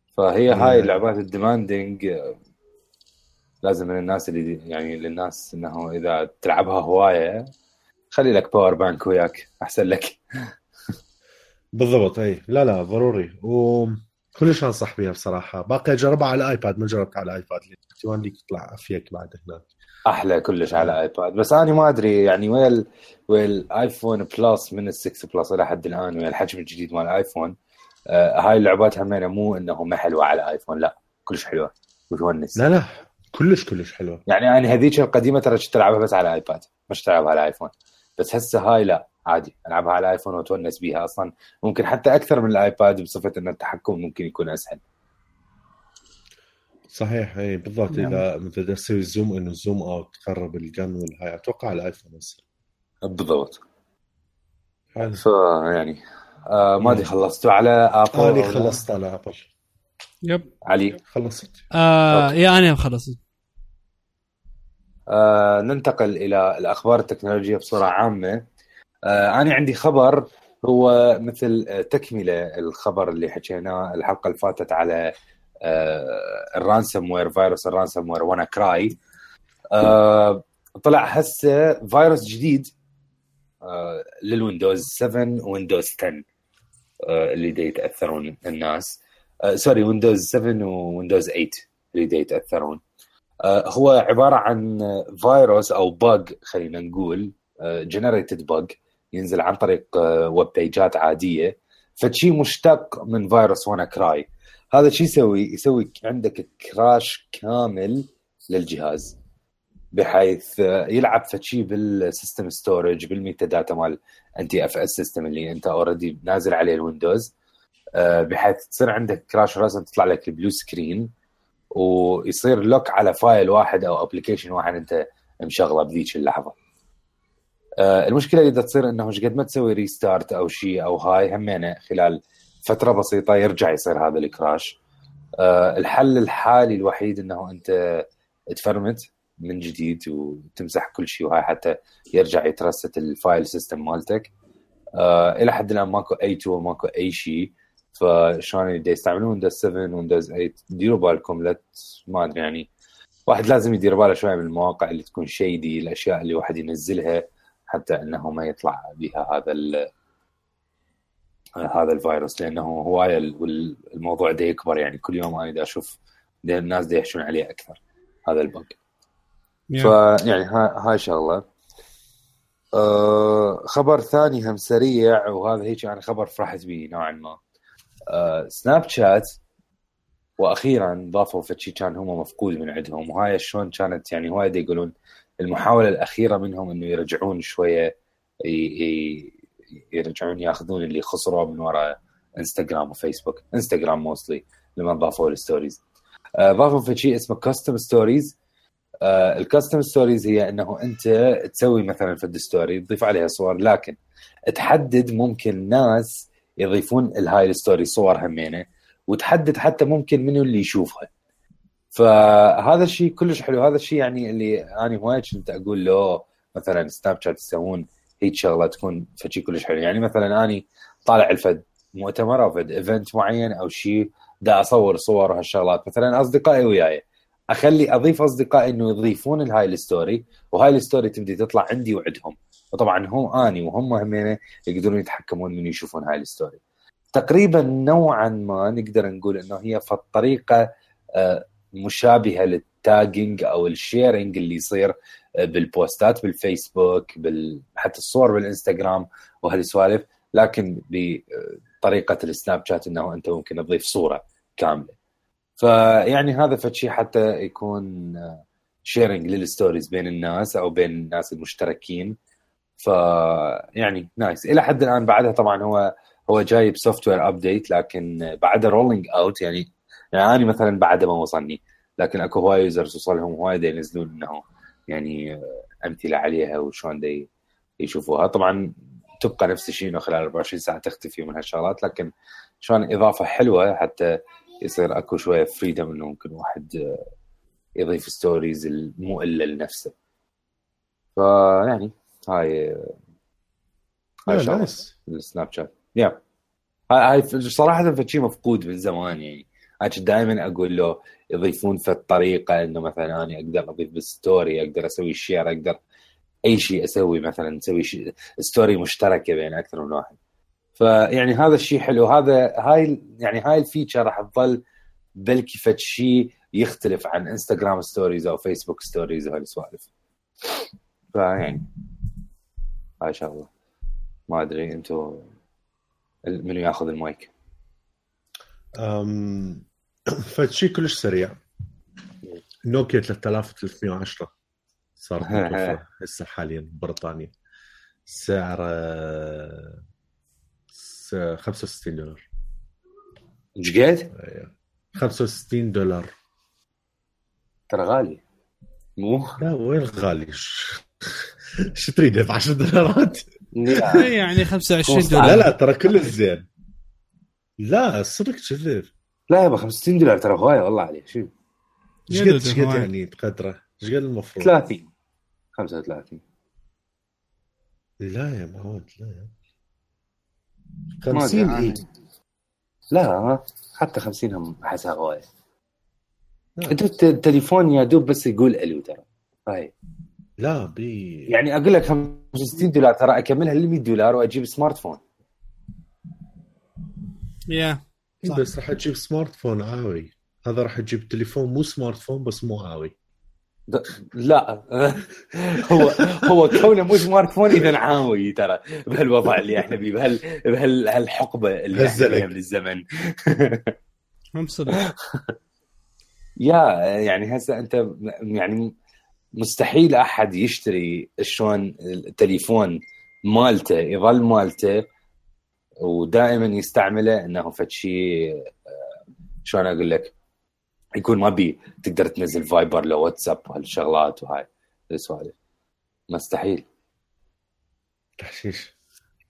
فهي هاي اللعبات الديماندينج لازم من الناس اللي يعني للناس انه اذا تلعبها هوايه خلي لك باور بانك وياك احسن لك. بالضبط. اي لا لا ضروري، وكلش انصح بيها بصراحه. باقي اجربها على الايباد، ما جربت على الايباد لان ليك يطلع افيك بعد هناك احلى كلش على ايباد. بس انا ما ادري يعني وين والايفون بلس من الستة بلس الى حد الان ويا الحجم الجديد مال الايفون آه هاي اللعبات همينه مو انه ما حلوه على ايفون، لا كلش حلوه وتونس. لا لا كلش كلش حلوه. يعني انا هذيك القديمه ترى كنت العبها بس على ايباد مش تلعبها على ايفون، بس هسه هاي لا عادي العبها على ايفون وتونس بيها. اصلا ممكن حتى اكثر من الايباد بصفه ان التحكم ممكن يكون اسهل. صحيح اي بالضبط. اذا مثلا تسوي زوم انه زوم اوت تقرب الجن والهاي اتوقع على الايفون هسه بالضبط. حلو. فيعني آه ما ادري خلصتوا على ابل؟ انا خلصت على ابل. يب علي خلصت. آه يا انا خلصت. آه ننتقل الى الاخبار التكنولوجيه بصوره عامه. آه انا عندي خبر هو مثل تكمله الخبر اللي حكيناه الحلقه اللي فاتت على آه الرانسوم وير، فيروس الرانسوم وير وانا كراي. آه طلع هسه فيروس جديد آه للويندوز سبعة ويندوز عشرة آه اللي دي يتاثرون الناس. آه سوري ويندوز سبعة وويندوز ثمانية اللي دي يتاثرون. آه هو عباره عن فيروس او بug خلينا نقول جنريتد بug ينزل عن طريق ويب بيجات عاديه، فشي مشتق من فيروس وانا كراي. هذا شيء يسوي يسوي عندك كراش كامل للجهاز بحيث يلعب فشي بالسيستم ستورج بالميتا داتا مال انتي اف اس سيستم اللي انت اوريدي نازل عليه الويندوز، بحيث تصير عندك كراش راسا تطلع لك البلو سكرين ويصير لوك على فايل واحد او ابلكيشن واحد انت مشغله بذيك اللحظه. المشكله اذا تصير انه مش قد ما تسوي ريستارت او شيء او هاي همينه خلال فتره بسيطه يرجع يصير هذا الكراش. الحل الحالي الوحيد انه انت تفرمت من جديد وتمسح كل شيء وهاي حتى يرجع يترست الفايل سيستم مالتك. الى حد الان ماكو اي تو ماكو اي شيء، فشلون يدي يستعملون ويندوز سبعة ويندوز ثمانية ديروا بالكم لا ما ادري يعني واحد لازم يدير باله شويه من المواقع اللي تكون شيدي، الاشياء اللي واحد ينزلها حتى انه ما يطلع بها هذا هذا الفيروس، لانه هوايه الموضوع ده يكبر يعني كل يوم انا دا اشوف دا الناس دا يحشون عليه اكثر هذا البق. yeah. فيعني هاي شغله. أه خبر ثاني هم سريع وهذا هيك يعني خبر فرحت به نوعا ما. أه سناب شات واخيرا ضافوا فشي كان هم مفقود من عندهم، وهاي شلون كانت يعني هواي يقولون المحاوله الاخيره منهم انه يرجعون شويه يرجعون ياخذون اللي خسروه من وراء انستغرام وفيسبوك. انستغرام موستلي لما ضافوا الستوريز ضافوا في شيء اسمه كاستم ستوريز. الكاستم ستوريز هي انه انت تسوي مثلا في الستوري تضيف عليها صور، لكن تحدد ممكن ناس يضيفون الهاي الستوري صور همينه، وتحدد حتى ممكن منو اللي يشوفها. فهذا الشيء كلش حلو. هذا الشيء يعني اللي انا هواي كنت اقول له مثلا سناب شات يسوون هيك شغله تكون فشي كلش حلو. يعني مثلا اني طالع الفد مؤتمر او فد ايفنت معين او شيء دا اصور صور وهالشغلات، مثلا اصدقائي وياي اخلي اضيف اصدقائي انه يضيفون الهاي الستوري، وهاي الستوري تبدي تطلع عندي وعندهم، وطبعا هم اني وهم همين يقدرون يتحكمون من يشوفون هاي الستوري. تقريبا نوعا ما نقدر نقول انه هي في الطريقه مشابهه للتاجينج او الشيرنج اللي يصير بالبوستات بالفيسبوك بال... حتى الصور بالانستغرام وهالسوالف، لكن بطريقه السناب شات انه انت ممكن تضيف صوره كامله. فيعني هذا فشي حتى يكون شيرنج للستوريز بين الناس او بين الناس المشتركين. فيعني نايس الى حد الان. بعدها طبعا هو هو جايب سوفت وير ابديت، لكن بعدها رولينج اوت يعني يعني انا مثلا بعد ما وصلني، لكن اكو هواي يوزرز وصلهم هواي دا ينزلون انه يعني امثله عليها وشون دا يشوفوها. طبعا تبقى نفس الشيء انه خلال أربعة وعشرين ساعه تختفي من هالشغلات، لكن شلون اضافه حلوه حتى يصير اكو شويه فريدم انه ممكن واحد يضيف ستوريز مو الا لنفسه. فيعني هاي هاي نايس السناب شات. يا هاي صراحه في شيء مفقود من زمان يعني. أنا دائما أقول له يضيفون في الطريقة إنه مثلا أنا أقدر أضيف بالستوري، أقدر أسوي شير، أقدر أي شيء أسوي، مثلا نسوي شيء ستوري مشتركة بين أكثر من واحد. فيعني هذا الشيء حلو. هذا هاي يعني هاي الفيتشر راح تظل بلكي فد شيء يختلف عن انستغرام ستوريز أو فيسبوك ستوريز وهالسوالف. فيعني هاي شغلة ما أدري أنتوا منو ياخذ المايك. أم فشي كلش سريع. نوكيا ثلاثة آلاف وثلاثمية وعشرة صار متوفر هسه حاليا ببريطانيا، سعر خمسة وستين دولار. ايش قد؟ خمسة وستين دولار. ترى غالي. مو لا وين غالي؟ شو تريد ب عشرة دولارات؟ يعني خمسة وعشرين دولار. لا لا ترى كل زين. لا صدق كذب. لا يابا خمسة وستين دولار ترى غالي والله عليه. شو ايش قد ايش قد يعني بقدره؟ ايش قد المفروض؟ ثلاثين خمسة وثلاثين. لا يا معود لا يا خمسين ايه. لا حتى خمسين هم احسها غالي. انت التليفون يا دوب بس يقول الو ترى. هاي لا بي يعني اقول لك خمسة وستين دولار ترى اكملها ل مية دولار واجيب سمارت فون. يا yeah. بس راح تجيب سمارت فون عاوي. هذا راح تجيب تليفون مو سمارت فون بس مو عاوي. لا هو هو كونه مو سمارت فون اذا عاوي ترى بهالوضع اللي احنا بيه بهال بهالحقبه اللي احنا فيها من الزمن. هم صدق. يا يعني هسه انت يعني مستحيل احد يشتري شلون التليفون مالته يظل مالته ودائما يستعمله انه فد شيء شلون اقول لك يكون ما بي تقدر تنزل فايبر لو واتساب وهالشغلات وهاي السوالف. مستحيل. تحشيش.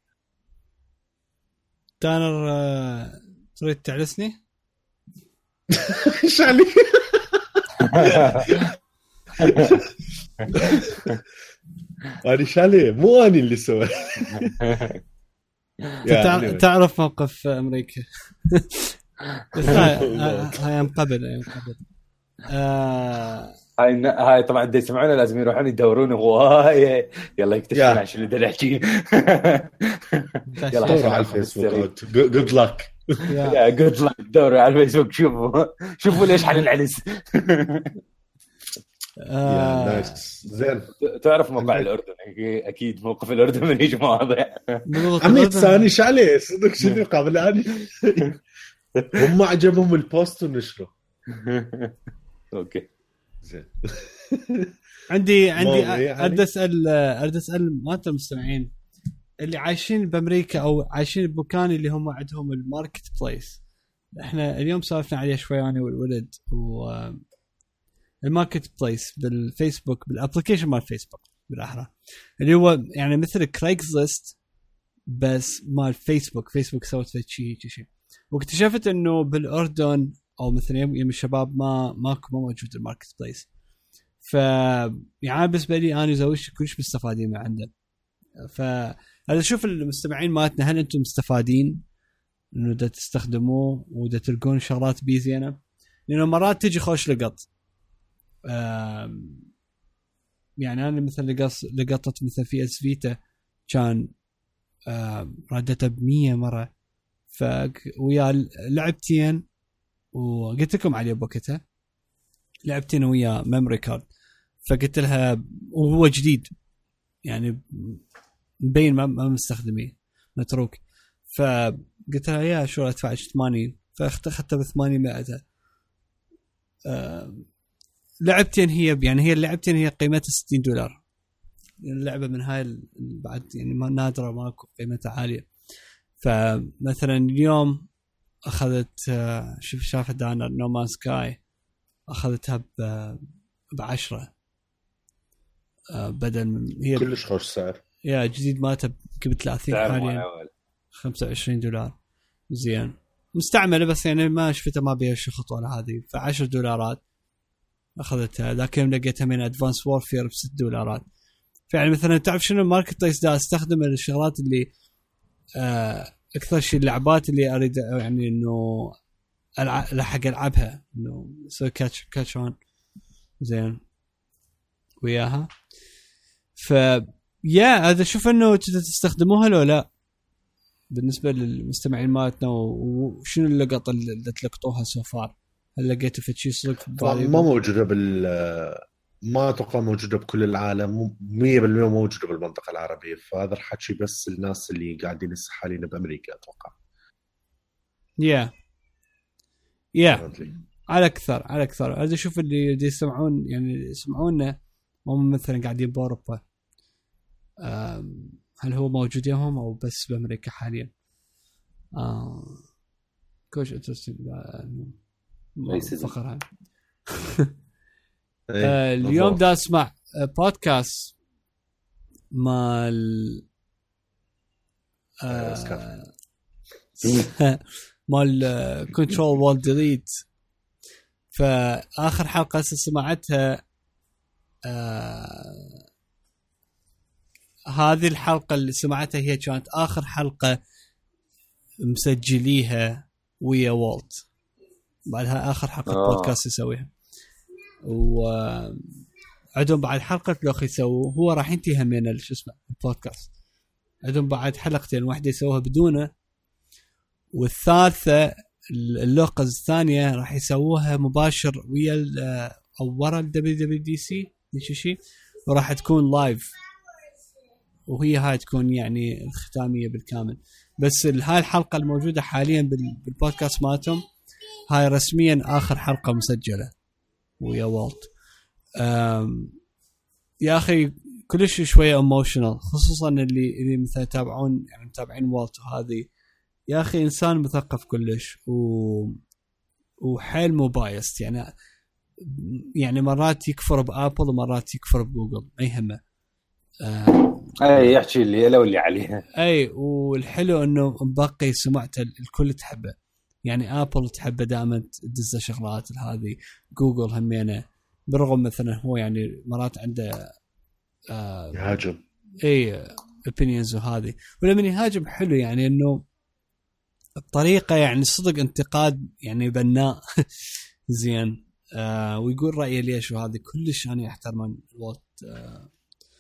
تانر تريد تعلسني؟ ايش عليك؟ أنا شالي مو أنا اللي سوى. تعرف موقف أمريكا؟ هاي قبل هاي قبل. هاي هاي طبعا دي يسمعونا لازم يروحون يدورون هواي يلا يكتشفون عن شنو بدنا نحكي. يلا دوروا على الفيسبوك. جود لك. يا جود لك دوروا على الفيسبوك شوفوا شوفوا ليش حننعلس. يا نايس زين. تعرف موقع الأردن أكيد موقف الأردن من يجي مواضيع. عميد ثاني شعلي صدق شنو قبل أني هم عجبهم البوست ونشره. أوكي زين. عندي عندي أرد أسأل أرد أسأل ما المستمعين اللي عايشين بأمريكا أو عايشين بمكان اللي هم عندهم الماركت بلايس. إحنا اليوم سافرنا عليه شوي أنا والولد و الماركت بلايس بالفيسبوك بالابلكيشن مال فيسبوك بالاحرى اللي هو يعني مثل كريكس ليست بس مال فيسبوك. فيسبوك سوت فيه شيء شيء واكتشفت انه بالاردن او مثلا يوم الشباب ما ماكو ما موجود الماركت بلايس. ف يعني بالنسبه لي انا وزوجتي كلش مستفادين من عنده. فهذا شوف المستمعين مالتنا هل انتم مستفادين انه دا تستخدموه ودا تلقون شغلات بيه زينه لانه مرات تجي خوش لقط. يعني أنا مثلا لقص لقطت مثلا في اس فيتا كان ردته بمية مرة ف ويا لعبتين وقلت لكم عليه بوقتها لعبتين ويا ميموري كارد فقلت لها وهو جديد يعني مبين ما مستخدميه متروك فقلت لها يا شو ادفع ثمانين فاخذتها ب ثمانين بعدها. لعبتين هي يعني هي اللعبتين هي قيمتها ستين دولار. اللعبة من هاي بعد يعني ما نادرة ماكو قيمتها عالية. فمثلا اليوم أخذت شوف شافت دانا نومان سكاي أخذتها بعشرة بدل من هي كلش خوش سعر. يا جديد ماتها قبل ثلاثين حاليا خمسة وعشرين دولار زين مستعملة بس يعني ما شفتها ما بيها شخط ولا هذه فعشر دولارات أخذتها. لكن لقيتها من أدفانس وورفير بست دولارات. فعلا مثلا تعرف شنو الماركت بلايس ده استخدم الشغلات اللي آه أكثر شيء اللعبات اللي أريد يعني إنه لحق العبها انه سوي كاتش كاتش اون زين وياها. ف يا هذا شوف انه تقدر تستخدموها لو لا بالنسبه للمستمعين مالتنا، وشنو اللقط اللي تلقطوها سوفار؟ هل لقيتوا في شيء صدق ما موجوده بال ما اتوقع موجوده بكل العالم، مية بالمية موجوده بالمنطقه العربيه، فهذا الحكي بس الناس اللي قاعدين هسه حاليا بامريكا اتوقع. يا يا على اكثر على اكثر هذا شوف اللي دي يسمعون يعني يسمعونا هم مثلا قاعدين باوروبا، هل هو موجود يوم او بس بامريكا حاليا؟ آه كوش انترستينج فقرة. آه اليوم دا اسمع بودكاست مال آه مال كنترول وال ديليت. فآخر حلقة سمعتها آه هذه الحلقة اللي سمعتها هي كانت آخر حلقة مسجليها ويا والت، بعدها آخر حلقة آه. بودكاست يسويها، وعندهم بعد حلقة لوخ يسووا هو راح ينتهي همين شو اسمه البودكاست، عندهم بعد حلقتين واحدة يسووها بدونه، والثالثة اللوقة الثانية راح يسووها مباشر ويا أو ورا ال دبليو دبليو دي سي شيء، وراح تكون لايف، وهي هاي تكون يعني الختامية بالكامل. بس هاي الحلقة الموجودة حاليا بالبودكاست ماتهم هاي رسميا آخر حلقة مسجلة ويا والت. يا أخي كلش شوية ايموشنال، خصوصا اللي اللي مثلا يتابعون يعني متابعين والت، وهذه يا أخي إنسان مثقف كلش و وحيل مو بايست، يعني يعني مرات يكفر بآبل ومرات يكفر بجوجل ما يهمه. آه اي يحكي اللي له واللي عليها. اي والحلو انه مبقي سمعته الكل تحبه، يعني ابل تحبه دائما تدز شغلات هذه، جوجل همينه برغم مثلا هو يعني مرات عنده آه يهاجم اي opinions وهذه، ولما يهاجم حلو يعني انه الطريقه يعني صدق انتقاد يعني بناء زين. آه ويقول رايه ليش وهذه كلش انا احترم الوقت. آه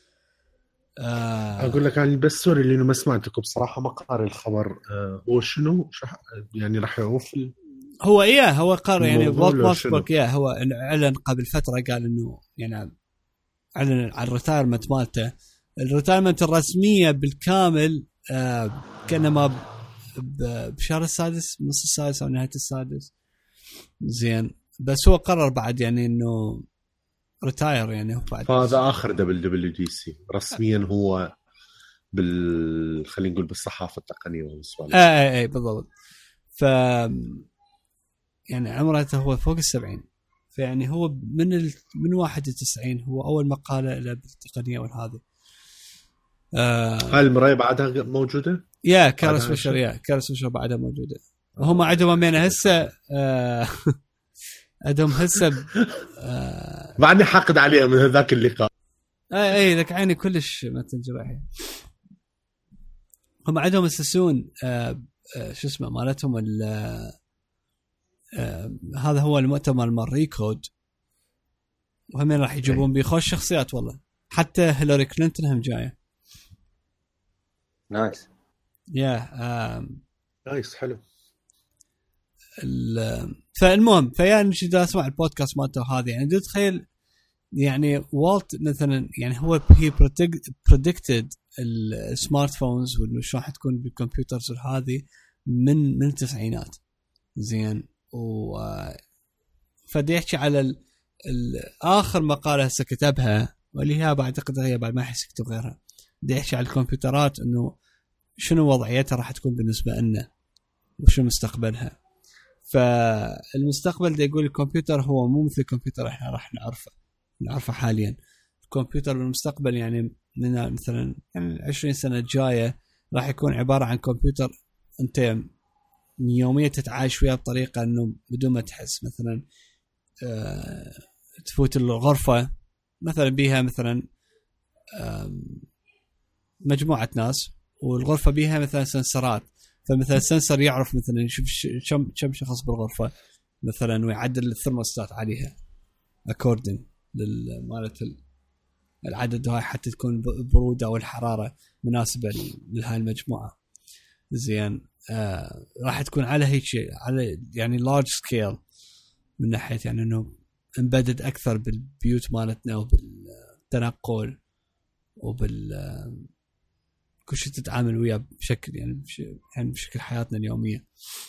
آه أقول لك يعني بس سوري لأنه ما سمعتك بصراحة، ما قارئ الخبر. آه هو شنو شح يعني راح يوفل هو إياه هو قارئ يعني والت ماسبورك إياه هو أعلن قبل فترة قال إنه يعني أعلن عن الريتايرمنت مالته، الريتايرمنت الرسمية بالكامل آه كأنما بشهر السادس نص السادس أو نهاية السادس زين، بس هو قرر بعد يعني إنه ريتاير يعني هو بعد. هذا آخر دبل دبليو دي سي رسميا هو بال خلينا نقول بالصحافة التقنية والسوالف. اي اي اي بالضبط. ف يعني عمره هو فوق السبعين، فيعني هو من ال... من واحد وتسعين هو أول مقالة له بالتقنية والهذا. آه... هاي المراية بعدها موجودة؟ يا كارس فيشر يا كارس فيشر بعدها موجودة. هم عندهم أمينة هسه آه... عندهم هسه آه... بعدني حاقد عليها من هذاك اللقاء. اي اي ذاك عيني كلش ما تنجرح. هم عندهم يسسون آه... آه... شو اسمه مالتهم ال آه... هذا هو المؤتمر مال ريكود، وهم راح يجيبون بيخوش شخصيات والله، حتى هيلاري كلينتون هم جايه. نايس يا نايس حلو. فالمهم فيعني مش دا اسمع البودكاست مالته هذا، يعني تتخيل يعني والت مثلا يعني هو هي بريدكتد السمارت فونز وانه شو راح تكون بالكمبيوترز هذه من من التسعينات زين، و فدي يحكي على ال... اخر مقاله هسه كتبها واللي هي بعتقد هي بعد ما يحس يكتب غيرها، دي يحكي على الكمبيوترات انه شنو وضعيتها راح تكون بالنسبه لنا وشو مستقبلها. فالمستقبل ده يقول الكمبيوتر هو مو مثل الكمبيوتر احنا راح نعرفه نعرفه حاليا. الكمبيوتر بالمستقبل يعني من مثلا يعني عشرين سنه الجايه راح يكون عباره عن كمبيوتر انت يوميا تتعايش وياه بطريقه انه بدون ما تحس. مثلا أه تفوت الغرفه مثلا بيها مثلا مجموعه ناس والغرفه بيها مثلا سنسرات، فمثلا السنسر يعرف مثلا يشوف كم كم شخص بالغرفه مثلا ويعدل الثرموستات عليها اكوردن للمالة العدد هاي حتى تكون البروده والحراره مناسبه لهاي المجموعه. زين آه راح تكون على هيك على يعني لارج سكيل من ناحيه يعني انه امبيدد اكثر بالبيوت مالتنا وبالتنقل وبال كل شيء تتعامل وياه بشكل يعني بش... يعني بشكل حياتنا اليوميه.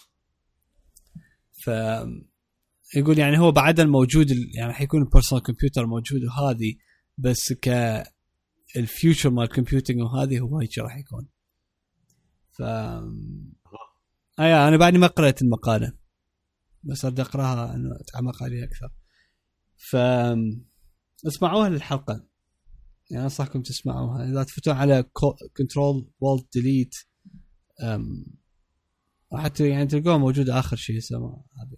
ف يقول يعني هو بعد الموجود يعني حيكون البيرسونال كمبيوتر موجود وهذه بس ك الفيوتشر مال الكمبيوتنج وهذه هو هيك راح يكون. ف اي انا بعدني ما قرأت المقاله بس بدي اقراها انه اتعمق عليها اكثر. ف اسمعوها للحلقه يعني انصحكم تسمعوها اذا تفتون على كنترول والت ديليت حتى يعني تلقوها موجوده اخر شيء اسمه هذا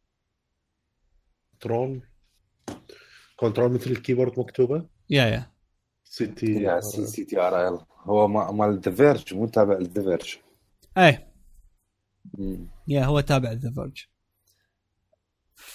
كنترول كنترول مثل الكيبورد مكتوبه يا يا سي تي يا سي سي تي ار ال هو مال ذا فيرج مو تابع لذا فيرج. اي يا هو تابع ذا فيرج. ف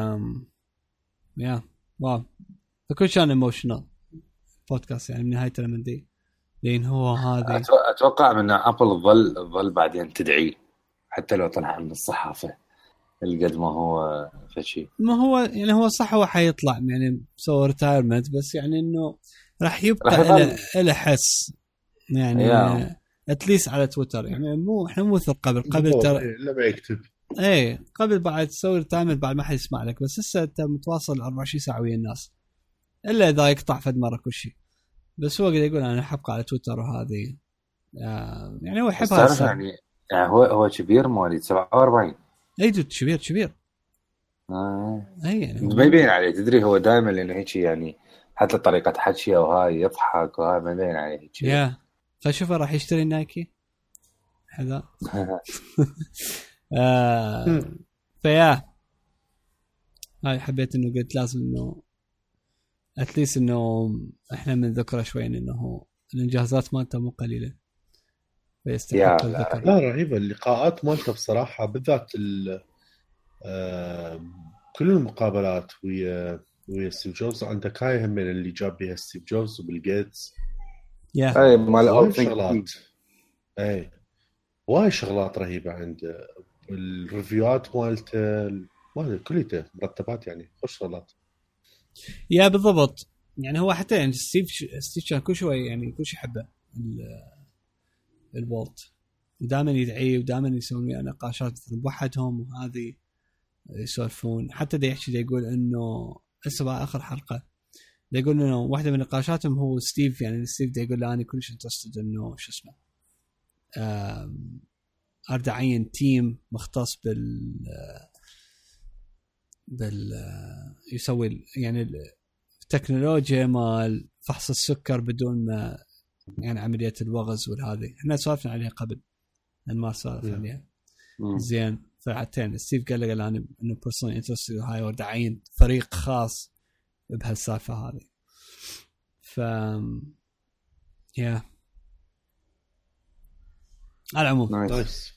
يا واو فكل شان ايموشنال بودكاست يعني من نهايته لمن دي لين هو هذا اتوقع من ابل ظل ظل بعدين تدعي حتى لو طلع من الصحافه القد ما هو فشي. ما هو يعني هو صح هو حيطلع يعني سوى ريتايرمنت بس يعني انه راح يبقى له له حس يعني اتليست على تويتر يعني مو احنا مو مثل قبل قبل ترى لما يكتب ايه قبل بعد تسوي ريتايرمنت بعد ما حد يسمع لك بس هسه انت متواصل أربعة وعشرين ساعه ويا الناس الا اذا يقطع فد مره كل شيء بس هو قاعد يقول انا حبقى على تويتر وهذه يعني هو يحبها يعني, يعني هو هو كبير مواليد سبعة وأربعين. اي دوت كبير كبير اه اي يعني ما يبين عليه تدري هو دائما لانه هيك يعني حتى طريقه حكيه وهاي يضحك وهاي ما يبين عليه هيك. يا فشوفه راح يشتري نايكي هذا آه فيا هاي حبيت انه قلت لازم انه اتليست انه احنا من ذكره شوي انه الانجازات مالته مو قليله فيستحق الذكر. لا رهيبه اللقاءات مالته بصراحه بالذات آه كل المقابلات ويا ويا ستيف جوبز عندك هاي هم من اللي جاب بها ستيف جوبز وبيل جيتس يا اي مال اول شغلات اي وايد شغلات رهيبه عنده الريفيوات مالته مال كليته مرتبات يعني خوش شغلات. يا بالضبط يعني هو حتى يعني ستيف ستيف كان كل شوي يعني كل شيء يحبه الوالت ودائما يدعي ودائما يسوون وياه نقاشات مثل بوحدهم وهذه يسولفون حتى دا يحكي دا يقول انه هسه اخر حلقه دا يقول انه واحده من نقاشاتهم هو ستيف يعني ستيف دا يقول له انا كلش انترستد انه شو اسمه اريد اعين تيم مختص بال بال يسوي يعني التكنولوجيا مال فحص السكر بدون ما يعني عمليه الوغز والهذه احنا سولفنا عليها قبل ما سولف عليها زين فعتين ستيف قال له قال انا انه بيرسونال انترست هاي وداعين فريق خاص بهالسالفه هذه. ف يا على العموم نايس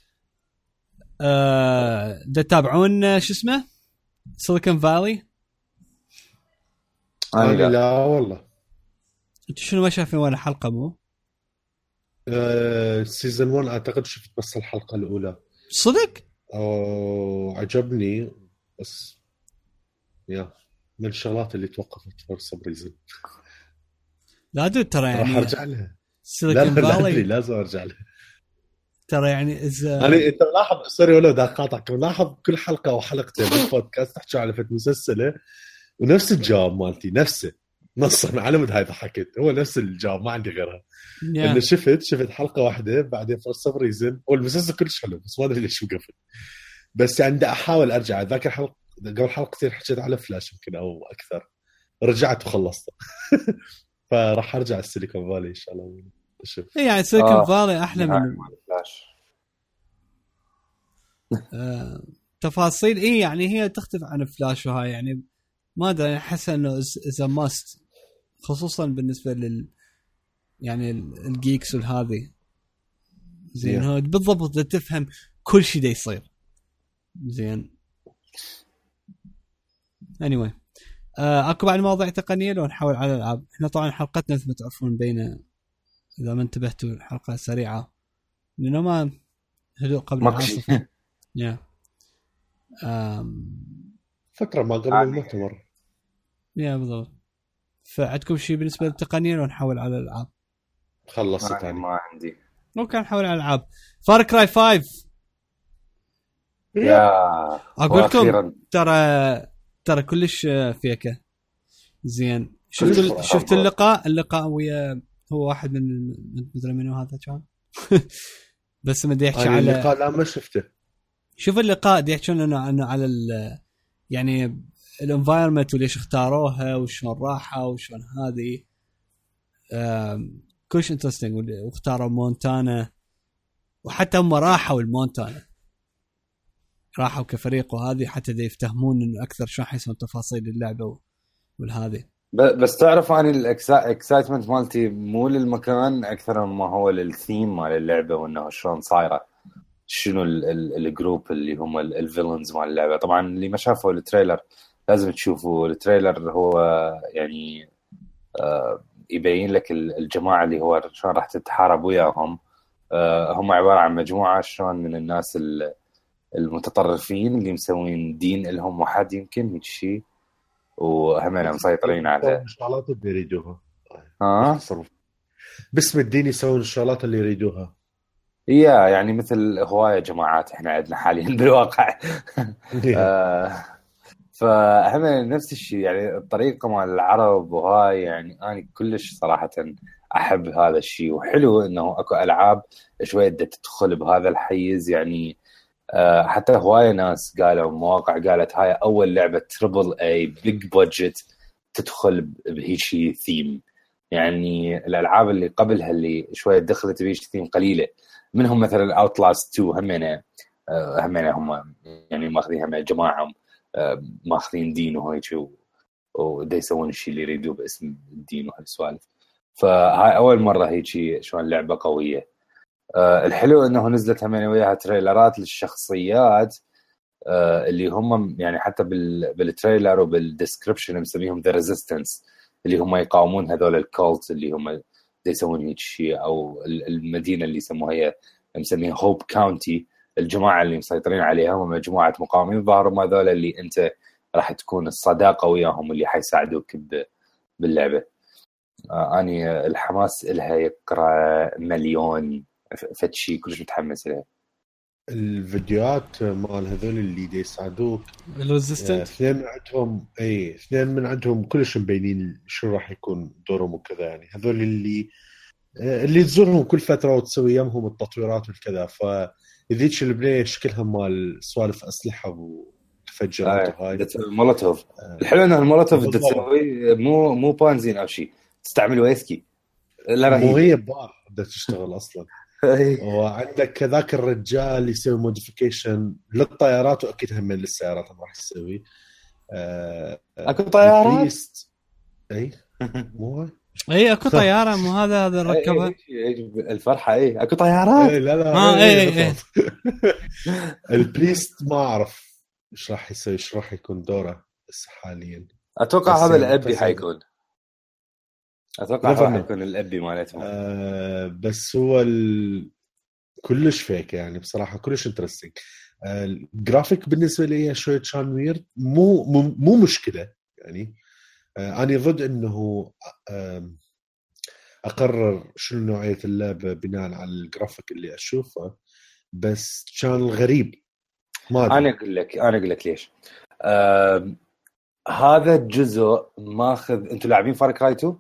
آه ده تتابعون شو اسمه سيليكون فالي؟ آه لا. لا والله انتوا شنو ما شايفين ولا حلقه مو؟ آه سيزن واحد اعتقد شفت بس الحلقه الاولى. صدق؟ أو عجبني بس يا من الشغلات اللي توقفت فور سم ريزن. لا دود ترى يعني راح ارجع لها سيليكون فالي لازم ارجع لها ترى يعني اذا يعني انت لاحظ سوري ولا دا قاطعك لاحظ كل حلقه وحلقتين بالبودكاست تحكي على فت مسلسله ونفس الجواب مالتي نفسه نصا على مود هاي ضحكت هو نفس الجواب ما عندي غيرها. yeah. انه شفت شفت حلقه واحده بعدين فور سم ريزن والمسلسل كلش حلو بس ما ادري ليش وقفت بس عندي احاول ارجع ذاك الحلقه قبل حلقتين حكيت على فلاش يمكن او اكثر رجعت وخلصت فراح ارجع السيليكون فالي ان شاء الله اشوف. اي يعني سيليكون آه. فالي احلى من فلاش آه. تفاصيل اي يعني هي تختلف عن فلاش وهاي يعني ما ادري احس انه اذا ماست خصوصا بالنسبه لل يعني الجيكس والهذه زين هو بالضبط تفهم كل شيء دا يصير زين. anyway آه اكو بعد مواضيع تقنيه لو نحاول على الالعاب. احنا طبعا حلقتنا مثل ما تعرفون بين اذا ما انتبهتوا الحلقه سريعه لانه ما هدوء قبل العاصفه يا فتره ما قبل المؤتمر يا بالضبط. فعندكم شيء بالنسبه للتقنيه لو نحاول على الالعاب؟ خلصت يعني ما عندي. ممكن نحاول على الالعاب. فار كراي خمسة يا اقول لكم ترى ترى كلش فيكه زين. شفت شفت اللقاء اللقاء ويا هو واحد من مدري منو هذا كان بس ما بدي احكي على اللقاء. لا ما شفته. شوف اللقاء دي يحكون انه انه على ال يعني الانفايرمنت وليش اختاروها وشلون راحه وشلون هذه كلش انترستينج. واختاروا مونتانا وحتى هم راحوا المونتانا راحوا كفريق وهذه حتى دي يفتهمون انه اكثر شلون حيسون تفاصيل اللعبه والهذه. بس تعرف اني الاكسايتمنت مالتي مو للمكان اكثر ما هو للثيم مال اللعبه وانه شلون صايره شنو الجروب اللي هم الفيلنز مال اللعبه. طبعا اللي ما شافوا التريلر لازم تشوفوا التريلر. هو يعني يبين لك الجماعه اللي هو شلون راح تتحارب وياهم. هم عباره عن مجموعه شلون من الناس المتطرفين اللي مسوين دين لهم واحد يمكن هيك شيء وهم انا مسيطرين على الشغلات اللي يريدوها. ها باسم الدين يسوون الشغلات اللي يريدوها. يا يعني مثل هوايه جماعات احنا عندنا حاليا بالواقع. آه فهم نفس الشيء يعني الطريقه مال العرب وهاي يعني انا كلش صراحه احب هذا الشيء. وحلو انه اكو العاب شويه تدخل بهذا الحيز يعني. أه حتى هوايه ناس قالوا مواقع قالت هاي اول لعبه تريبل اي بيج بادجت تدخل بهيشي ثيم. يعني الالعاب اللي قبلها اللي شويه دخلت بهيشي ثيم قليله منهم مثلا اوتلاست تو همنا أه همنا هم يعني ماخذين هم جماعه أه ماخذين دين وهيك ودا يسوون الشيء اللي يريدوه باسم الدين وهالسوالف. فهاي اول مره هيك شلون لعبه قويه. أه الحلو انه نزلت همين وياها تريلرات للشخصيات أه اللي هم يعني حتى بالتريلر وبالديسكريبشن مسميهم ذا ريزيستنس اللي هم يقاومون هذول الكولت اللي هم يسوون هيك شيء. او المدينه اللي يسموها هي مسميها هوب كاونتي. الجماعه اللي مسيطرين عليها هم مجموعه مقاومين ظهروا هذول اللي انت راح تكون الصداقه وياهم اللي حيساعدوك باللعبه. أه اني الحماس لها يقرا مليون فتشي كلش متحمس لها. الفيديوهات مال هذول اللي دي يساعدوك الريزيستنت اثنين من عندهم اي اثنين من عندهم كلش مبينين شو راح يكون دورهم وكذا. يعني هذول اللي اللي تزورهم كل فتره وتسوي يمهم التطويرات والكذا. فذيك البنيه شكلها مال سوالف اسلحه وتفجرات آه. وهاي مولوتوف. آه. الحلو انه المولوتوف تسوي مو مو بنزين او شيء تستعمل ويسكي لا رهيب. مو هي بار بدها تشتغل اصلا. وعندك كذاك الرجال يسوي موديفيكيشن للطيارات واكيد هم للسيارات راح يسوي. آه اكو طيارات اي مو اي اكو طياره مو هذا هذا ركبها الفرحه. اي اكو طيارات. اي لا لا اه اي اي البريست ما اعرف ايش راح يسوي ايش راح يكون دوره بس حاليا اتوقع هذا الابي حيكون اتوقع راح يكون الابي مالتهم. آه بس هو ال... كلش فيك يعني بصراحه كلش انترستينج. آه الجرافيك بالنسبه لي شويه كان ويرد مو مو, مو مشكله يعني. آه انا ضد انه آه اقرر شنو نوعيه اللعبه بناء على الجرافيك اللي اشوفه بس كان غريب. ما انا اقول لك انا اقول لك ليش. آه هذا الجزء ماخذ. انتوا لاعبين فار كراي تو؟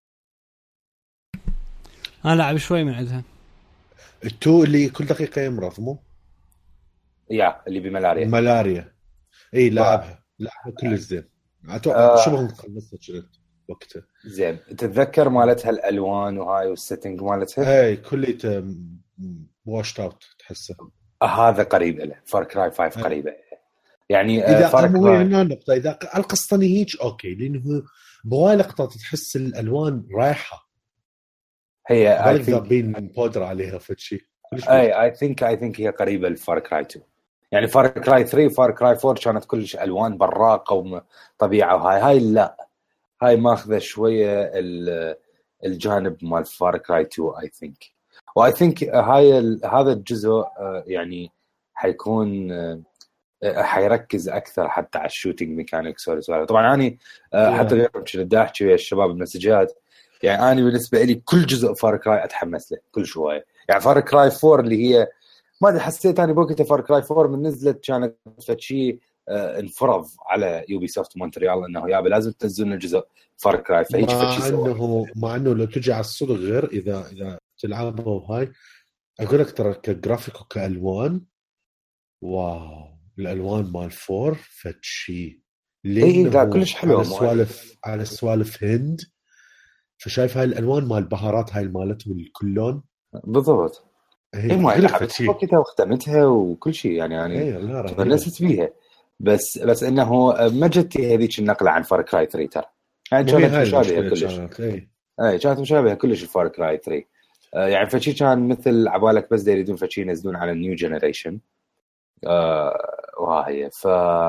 انا لعب شوي من عندها. التو اللي كل دقيقه يمرض مو يا اللي بملاريا ملاريا. اي لعبها لعبها كل زين. اتوقع آه. شبه خلصت شلت وقتها زين. تتذكر مالتها الالوان وهاي والسيتنج مالتها اي كليته واشت اوت تحسه. آه هذا قريب له. فار كراي خمسة قريبه يعني. اذا فار كراي هنا نقطه اذا القصه هيك اوكي لانه بواي لقطه تحس الالوان رايحه هي ذابين بودر عليها فتشي. اي اي ثينك اي ثينك هي قريبه لفار كراي تو. يعني فار كراي ثري فار كراي فور كانت كلش الوان براقه وطبيعه، وهاي هاي لا هاي ماخذه شويه الجانب مال فار كراي تو اي ثينك. واي ثينك هاي هذا الجزء يعني حيكون حيركز اكثر حتى على الشوتينج ميكانكس. طبعا اني حتى غير كنت بدي احكي ويا الشباب بالمسجات، يعني انا بالنسبه لي كل جزء فار كراي اتحمس له كل شويه. يعني فار كراي فور اللي هي ما ادري حسيت اني بوقتها فار كراي فور من نزلت كانت شيء انفرض على يوبي سوفت مونتريال انه يابا لازم تنزلون الجزء فار كراي، فهيك مع انه مع انه لو تجي على الصدق غير اذا اذا تلعبها وهاي اقول لك ترى كجرافيك وكالوان واو الالوان مال فور فتشي اي لا كلش حلو على سوالف على سوالف هند. فشايف هاي الالوان مال البهارات هاي مالتهم الكلون بالضبط. اي ما لعبت وقتها واختمتها وكل شيء يعني يعني تبلشت فيها، بس بس انه ما جتي هذيك النقله عن فار كراي ثري ترى يعني كانت مشابهه كلش. اي اي كانت مشابهه كلش الفار كراي ثري. آه يعني فشي كان مثل عبالك بس يريدون فشي ينزلون على النيو جنريشن. آه وهي ف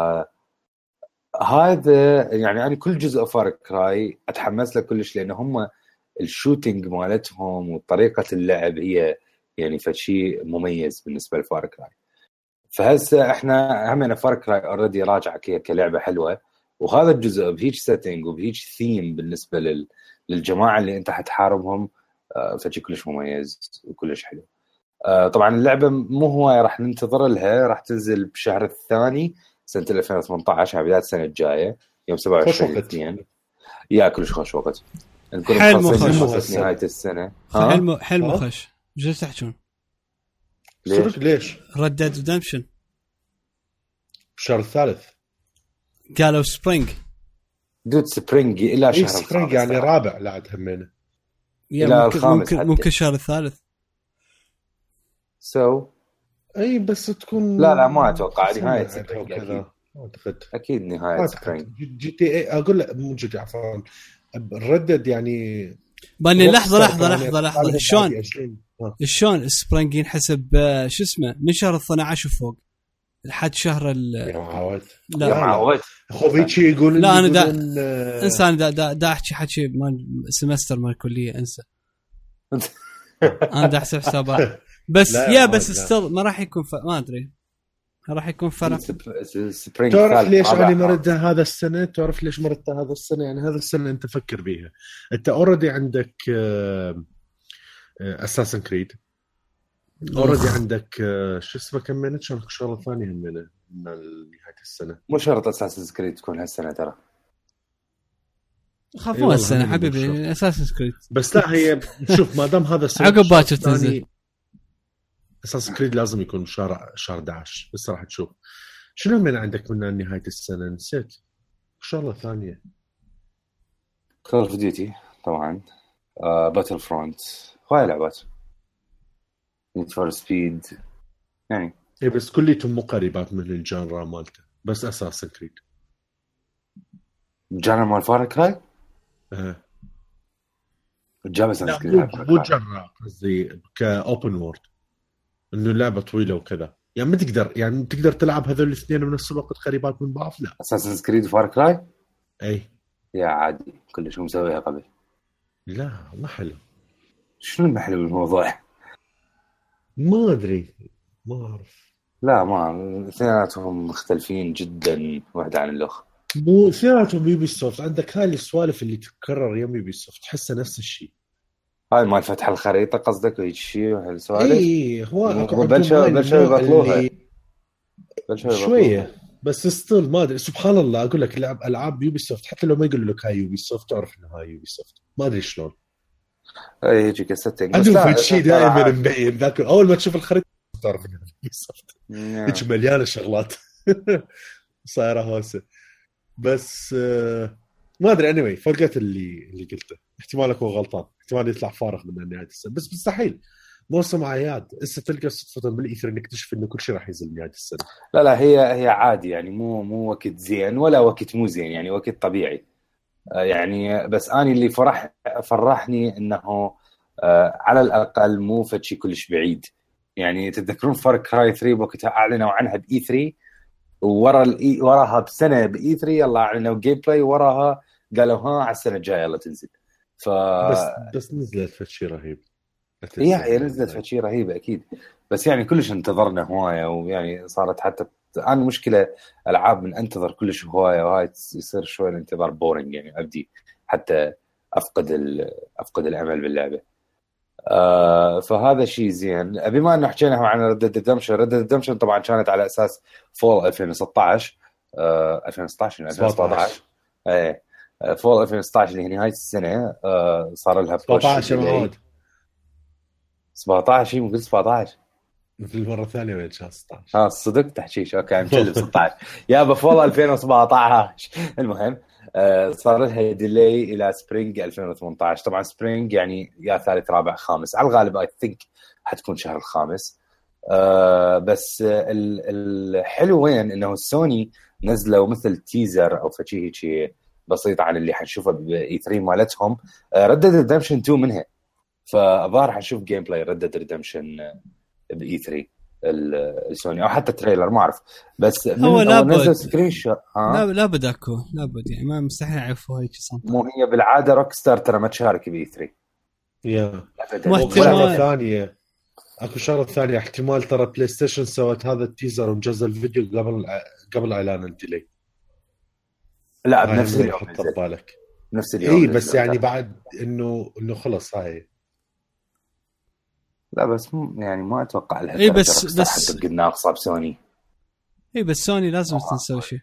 هذا يعني أنا كل جزء فار كراي أتحمس له كلش لأن هم الشوتينج مالتهم وطريقة اللعب هي يعني فشي مميز بالنسبة لفار كراي. فهسه إحنا همنا فار كراي أوردي راجع كلعبة حلوة، وهذا الجزء بهيج سيتنج وبهيج ثيم بالنسبة لل... للجماعة اللي أنت حتحاربهم فشي كلش مميز وكلش حلو. طبعا اللعبة مو هو راح ننتظر لها، راح تنزل بشهر الثاني سنة ألفين وثمانية عشر على بداية السنة الجاية يوم سبعة وعشرين اثنين. يا كلش خوش وقت نكون مخصصين نهاية السنة. حلم حلم مخش جالس تحكون ليش ليش Red Dead Redemption بشهر الثالث قالوا سبرينج دود سبرينج إلى شهر سبرينج يعني رابع لا همينه إلى الخامس ممكن ممكن شهر الثالث سو اي بس تكون لا لا ما اتوقع نهايه سبرينج اكيد اعتقد اكيد نهايه سبرينج. جي تي اي اقول لك مو جي تي عفوا ردد يعني بني لحظه لحظه لحظه لحظه شلون شلون سبرينج ينحسب شو اسمه من شهر اثنا عشر وفوق لحد شهر ال يا معود لا يا معود اخو بيجي يقول لا انا دا انسان دا دا, دا احكي حكي مال سمستر مال الكليه انسى انا دا احسب حسابات بس يا بس استل ما راح يكون ف... ما ادري راح يكون فرق. تعرف ليش انا مردها هذا السنه؟ تعرف ليش مردها هذا السنه؟ يعني هذا السنه انت فكر بيها، انت اوريدي عندك اساسن كريد اوريدي عندك شو اسمه كملت شهر شهر ثاني همنا من نهايه السنه. مو شرط اساسن كريد تكون هالسنه ترى خافوا السنه حبيبي اساسن كريد بس لا هي شوف ما دام هذا السنه عقب باكر تنزل اساس كريد لازم يكون شهر شهر أحد عشر بس راح تشوف شنو من عندك من نهايه السنه نسيت شغله ثانيه. كول اوف ديوتي طبعا آه، باتل فرونت هاي لعبات نيد فور سبيد يعني اي بس كليتهم مو قريبات من الجانرا مالته بس اساس كريد جانرا مال فار كراي اه جاب اساس كريد مو جانرا قصدي كاوبن وورد انه اللعبه طويله وكذا يعني ما تقدر يعني تقدر تلعب هذول الاثنين بنفس الوقت قريبات من بعض. لا اساسن كريد وفار كراي اي يا عادي كلش مسويها قبل. لا ما حلو. شنو المحلو بالموضوع؟ ما ادري ما اعرف. لا ما اثنيناتهم مختلفين جدا واحد عن الاخر. مو اثنيناتهم يوبي سوفت عندك هاي السوالف اللي تتكرر يوم يوبي سوفت تحسه نفس الشيء. هاي مال فتح الخريطه قصدك وهيك شيء وهالسوالف. اي هو بلشوا بلشوا يبطلوها شويه بس ستيل ما ادري سبحان الله اقول لك لعب العاب يوبي سوفت حتى لو ما يقولوا لك هاي يوبي سوفت تعرف انها هاي يوبي سوفت ما ادري شلون. اي هيك كستنج بس لا شيء دائما مبين ذاك اول ما تشوف الخريطه تعرف انها يوبي سوفت هيك مليانه شغلات صايره هوسه بس ما ادري anyway فرقت اللي اللي قلته احتمال اكون غلطان احتمال يطلع فارغ من نهايه السنه بس مستحيل موسم عياد هسه تلقى صدفه بالايثر انك تكتشف انه كل شيء راح ينزل نهايه السنه. لا لا هي هي عادي يعني مو مو وقت زين ولا وقت مو زين يعني وقت طبيعي يعني. بس اني اللي فرح فرحني انه على الاقل مو فشي كلش بعيد يعني تتذكرون فار كراي ثري وقتها اعلنوا عنها باي ثري، وورا الاي وراها بسنه باي ثري يلا اعلنوا جيم بلاي، وراها قالوا ها على السنه الجايه يلا تنزل. ف بس بس نزلت فشي رهيب. هي هي نزلت فشي رهيبه اكيد، بس يعني كلش انتظرنا هوايه، ويعني صارت حتى انا مشكله العاب من انتظر كلش هوايه وهاي يصير شوي الانتظار بورينج، يعني ابدي حتى افقد افقد الامل باللعبه. آه فهذا شيء زين. بما انه حكينا عن ريد ديد ريدمشن، ريد ديد ريدمشن طبعا كانت على اساس فول ألفين وستة عشر آه ألفين وستة عشر ألفين وسبعة عشر ايه فول ألفين وستة عشر اللي هي نهايه السنه. آه صار لها سبعة عشر مواد سبعة عشر مو سبعة عشر مثل المره الثانيه وين كان ستة عشر. ها صدق تحكيش اوكي عم تكلم ستة عشر يا بفول ألفين وسبعة عشر. المهم آه صار لها ديلي الى سبرينج ألفين وثمانية عشر. طبعا سبرينج يعني يا ثالث رابع خامس على الغالب اي ثينك حتكون شهر الخامس. آه بس الحلو وين انه السوني نزلوا مثل تيزر او فشي هيك بسيط عن اللي حنشوفه باي ثري مالتهم. ريد ديد ريدمشن تو منها، فظهر حنشوف جيم بلاي ريد ديد ريدمشن باي ثري السوني او حتى تريلر ما اعرف، بس هو نزل سكرين شوت. لا لا بداكو لابد يعني ما مستحيل يعرفوا هيك صنطة. مو هي بالعاده روك ستار ترى ما تشارك باي ثري. يا وشغله ثانيه اكو شغله ثانيه احتمال ترى بلاي ستيشن سوت هذا التيزر ومجزل الفيديو قبل قبل اعلان الديلي. لا بنفس اليوم حط بالك نفس اليوم اي بس يعني بعد انه انه خلص هاي. لا بس يعني ما اتوقع لها اي بس بس قلنا اقصى بسوني. اي بس سوني لازم تنسوا شيء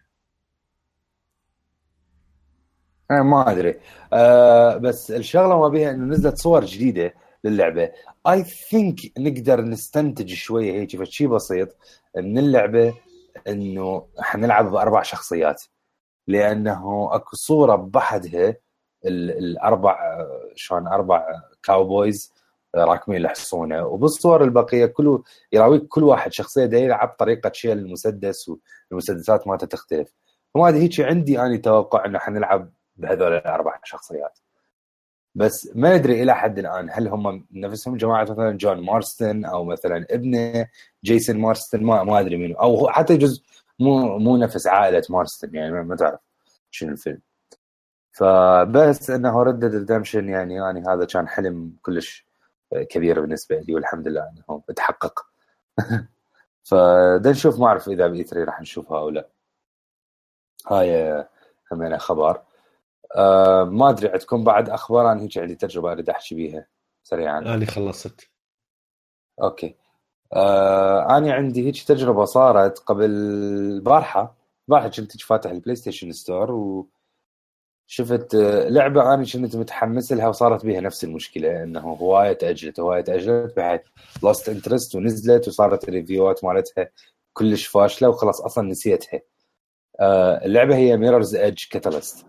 انا ما ادري. آه بس الشغله ما بيها انه نزلت صور جديده للعبه. اي ثينك نقدر نستنتج شويه هيك فشي بسيط من اللعبه انه حنلعب باربع شخصيات، لانه اكو صوره بحدها الاربع شلون اربع كاوبويز راكمين الحصونه، وبالصور البقيه كله يراويك كل واحد شخصيه دا يلعب طريقه شيل المسدس والمسدسات مالته تختلف. وما ادري هيك عندي اني توقع انه حنلعب بهذول الاربع شخصيات، بس ما ادري الى حد الان هل هم نفسهم جماعه مثلا جون مارستن او مثلا ابنه جيسون مارستن، ما ما ادري منه، او حتى جزء مو مو نفس عائله مارستن يعني ما تعرف شنو الفيلم. فبس انه ريد ديد ريدمشن يعني يعني هذا كان حلم كلش كبير بالنسبه لي والحمد لله انه تحقق. فدا نشوف ما اعرف اذا باي ثري راح نشوفها او لا. هاي همنا خبر. أه ما ادري عندكم بعد اخبار؟ انا هيك عندي تجربه اريد احكي بيها سريعا. انا خلصت. اوكي. أه انا عندي هيك تجربه صارت قبل البارحه. البارحه كنت فاتح البلاي ستيشن ستور وشفت لعبه انا كنت متحمس لها وصارت بيها نفس المشكله انه هوايه تاجلت هوايه تاجلت بحيث لاست انترست ونزلت وصارت الريفيوات مالتها كلش فاشله وخلاص اصلا نسيتها. أه اللعبه هي ميررز ايدج كاتاليست.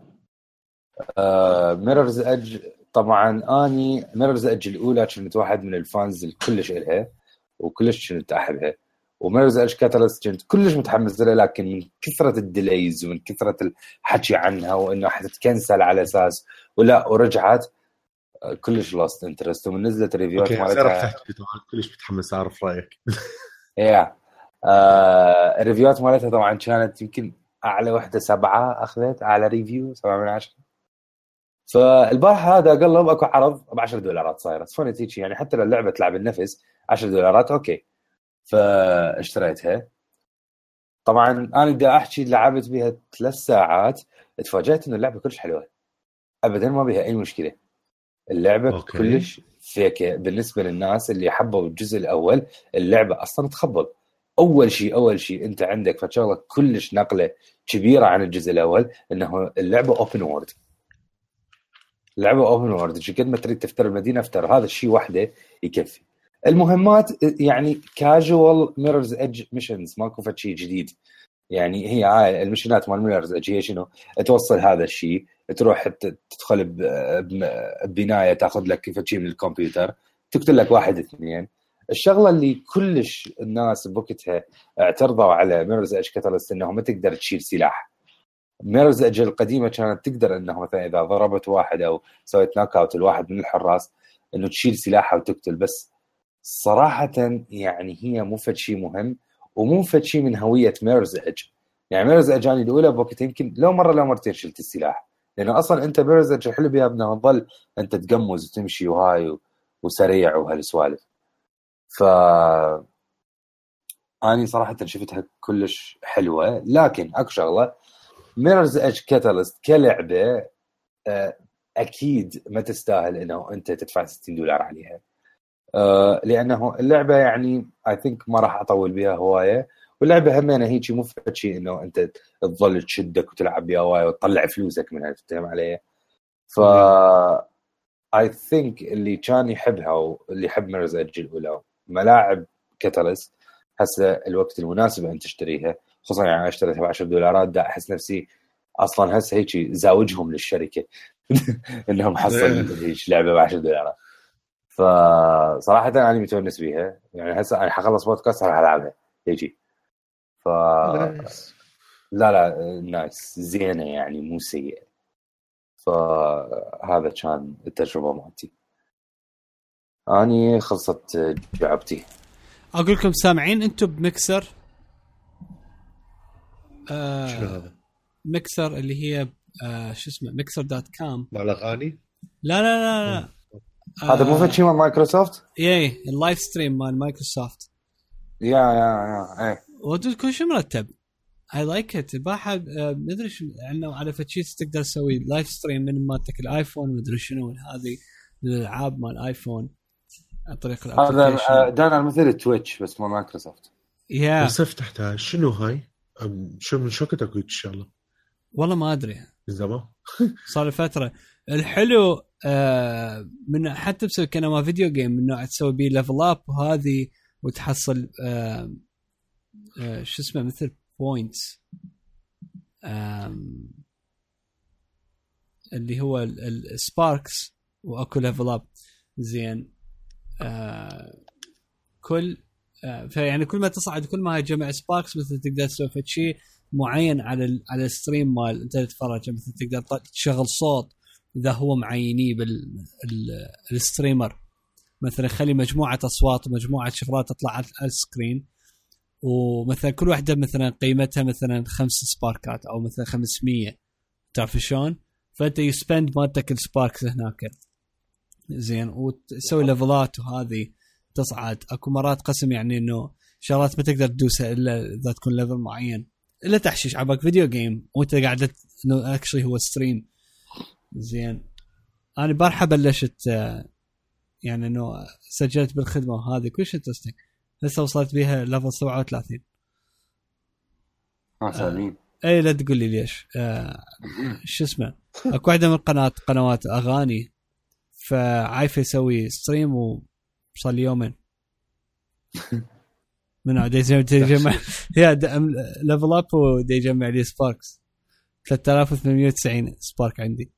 ميررز ايدج طبعا اني ميررز ايدج الاولى كنت واحد من الفانز الكلش إلها وكلش كنت احبها، وميررز ايدج كاتاليست كنت كلش متحمس لها، لكن من كثره الديليز ومن كثره الحكي عنها وانه حتتكنسل على اساس ولا ورجعت كلش لاست انترست. ومن نزلت ريفيوات مالتها كلش متحمس اعرف رايك. يا آه الريفيوات مالتها طبعا كانت يمكن اعلى وحده سبعة اخذت اعلى ريفيو سبعة من عشرة. فالبارحة هذا قلب اكو عرض ب عشرة دولارات صايره فونت هيك يعني حتى لو اللعبه تلعب النفس عشرة دولارات اوكي. فاشتريتها. طبعا انا بدي احكي لعبت بها ثلاث ساعات اتفاجأت ان اللعبه كلش حلوه ابدا ما بها اي مشكله. اللعبه أوكي. كلش فيكه بالنسبه للناس اللي حبوا الجزء الاول. اللعبه اصلا تخبل. اول شيء اول شيء انت عندك فشغله كلش نقله كبيره عن الجزء الاول انه اللعبه اوبن وورد. اللعبه اوبن وورد قد ما تريد تفتر المدينه افتر، هذا الشيء وحده يكفي. المهمات يعني كاجوال ميررز ايدج ميشنز ماكو شيء جديد يعني. هي هاي المشينات مال ميررز ايدج هي شنو؟ توصل هذا الشيء تروح تدخل ببنايه تاخذ لك شيء من الكمبيوتر تقتل لك واحد اثنين. الشغله اللي كلش الناس بوقتها اعترضوا على ميررز ايدج كاتاليست انه ما تقدر تشيل سلاح. ميررز ايدج القديمه كانت تقدر انه مثلا اذا ضربت واحد او سويت ناك اوت الواحد من الحراس انه تشيل سلاحه وتقتل، بس صراحة يعني هي مو فد شيء مهم ومو فد شيء من هوية ميرز إيدج. يعني ميرز إيدج أنا الأولى بوقت يمكن لو مرة لو مرتين شلت السلاح، لأنه أصلا أنت ميرز إيدج الحلو بيها بدنا نظل أنت تقمز وتمشي وهاي وسريع وهالسوالف. ف أنا صراحة شفتها كلش حلوة. لكن أكو شغلة، ميرز إيدج كاتاليست كلعبة أكيد ما تستاهل إنه أنت تدفع ستين دولار عليها، أه لأنه اللعبة يعني I think ما راح أطول بها هواية، واللعبة همينة هيك مو فد شيء إنه أنت تظل تشدك وتلعب بها هواية وتطلع فلوسك منها تفتهم عليه. ف I think اللي كان يحبها واللي يحب ميرز إيدج الأولى ملاعب كاتاليست هسه الوقت المناسب أن تشتريها، خصوصا يعني اشتريتها بعشر دولارات دا أحس نفسي أصلا هسه هيك زاوجهم للشركة إنهم حصل هيك لعبة بعشر دولارات. فصراحة أنا متونس بيها، يعني هسه أنا حخلص بودكاست راح ألعبها هيجي. ف لا لا نايس زينة يعني مو سيئة. فهذا كان التجربة مالتي. أني خلصت جعبتي. أقول لكم سامعين أنتم بمكسر آه مكسر اللي هي آه شو اسمه مكسر دوت كوم مع الأغاني؟ لا لا لا لا هذا مو فد شيء مال مايكروسوفت؟ ايه اللايف ستريم مال مايكروسوفت. يا يا يا ايه ودود كل شيء مرتب. اي لايك ات. البارحه ما ادري شو عنه على فتشي تقدر تسوي لايف ستريم من مالتك الايفون ما ادري شنو هذه الالعاب مال الايفون عن طريق الابلكيشن. هذا دانا مثل تويتش بس مال مايكروسوفت. يا بس فتحتها شنو هاي؟ شو من شو كنت اقول ان شاء الله والله ما ادري زمان صار فتره. الحلو آه من حتى بسوي كانما فيديو جيم من نوع تسوي بيه ليفل اب وهذه وتحصل آه آه شو اسمه مثل بوينتس اللي هو السباركس واكو ليفل اب زين. آه كل آه فيعني كل ما تصعد كل ما هيجمع سباركس مثل تقدر تسوي شيء معين على على الستريم مال انت تتفرج، مثل تقدر تشغل صوت اذا هو معينيه بالستريمر مثلا خلي مجموعه اصوات ومجموعه شغلات تطلع على السكرين، ومثلا كل واحده مثلا قيمتها مثلا خمس سباركات او مثلا خمسمية تعرف شلون، فانت يسبند مالتك السباركس هناك زين وتسوي ليفلات وهذه تصعد. اكو مرات قسم يعني انه شغلات ما تقدر تدوسها الا اذا تكون ليفل معين، الا تحشيش عباك فيديو جيم وانت قاعد انه اكشلي هو ستريم زين. انا بارحه بلشت يعني انه سجلت بالخدمه وهذه كل شيء انترستنج. لسه وصلت بيها ليفل سبعة وثلاثين. اه سامين اي لا تقول لي ليش آه شو اسمه اكو واحده من قناه قنوات اغاني فعايفه يسوي ستريم وصار لي يومين من عاد يجمع يا ليفل اب ودي يجمع لي سباركس ثلاثة آلاف وثمانمية وتسعين سبارك عندي.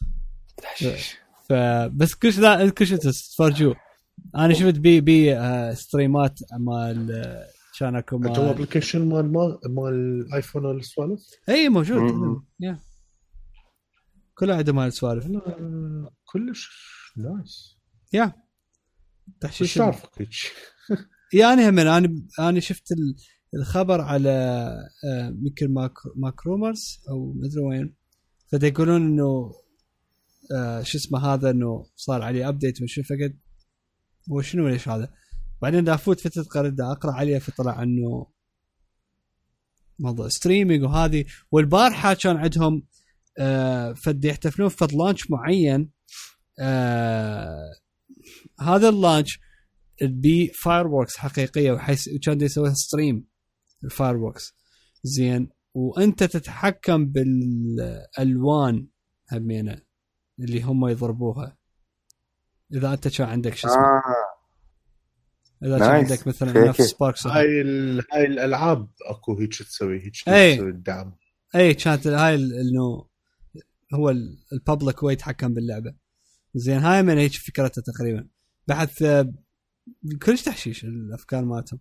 فبس كل لا كل شيء تفرجوه. انا شفت بي بي آه ستريمات مال كان اكو مال تو ابلكيشن مال مال الايفون ولا السوالف اي موجود يا كله عنده مال سوالف كلش نايس يا تحشيش تعرفك يعني هم انا انا شفت الخبر على ميكل ماكرومرز او ما ادري وين فدا يقولون انه شو اسمه هذا انه صار عليه ابديت وشو فقد هو شنو ليش هذا. بعدين دا افوت فتره قرد اقرا عليه فطلع انه موضوع ستريمينج وهذه. والبارحه كان عندهم آه فد يحتفلون في لانش معين آه هذا اللانش بي فايروركس حقيقيه وحيس وكان يسويها ستريم الفايروركس زين وانت تتحكم بالالوان همينه اللي هم يضربوها اذا انت كان عندك شو اسمه آه. اذا كان عندك مثلا نفس سباركس هاي ال... هاي الالعاب اكو هيك تسوي هيك تسوي الدعم اي كانت هاي انه هو الببليك هو يتحكم باللعبه زين. هاي من هيك فكرتها تقريبا بحث كلش تحشيش الافكار مالتهم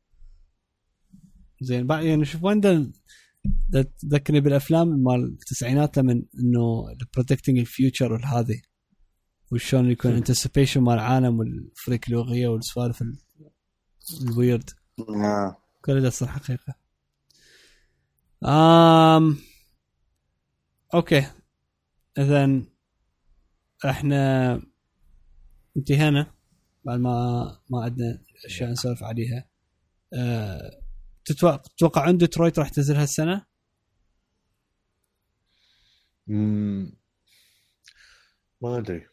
زين. بعد يعني شوف وين تذكرني بالافلام مال التسعينات لما انه protecting الفيوتشر والهذه وشون يكون انتسيبيشن مال العالم والفريكولوجيا والسوالف الويرد آه. كل ده صار حقيقة. آم أوكي إذن إحنا انتهينا بعد ما ما عندنا أشياء نسولف عليها. أه تتوقع تتوقع عند ديترويت راح تنزل هالسنة؟ مم. ما أدري.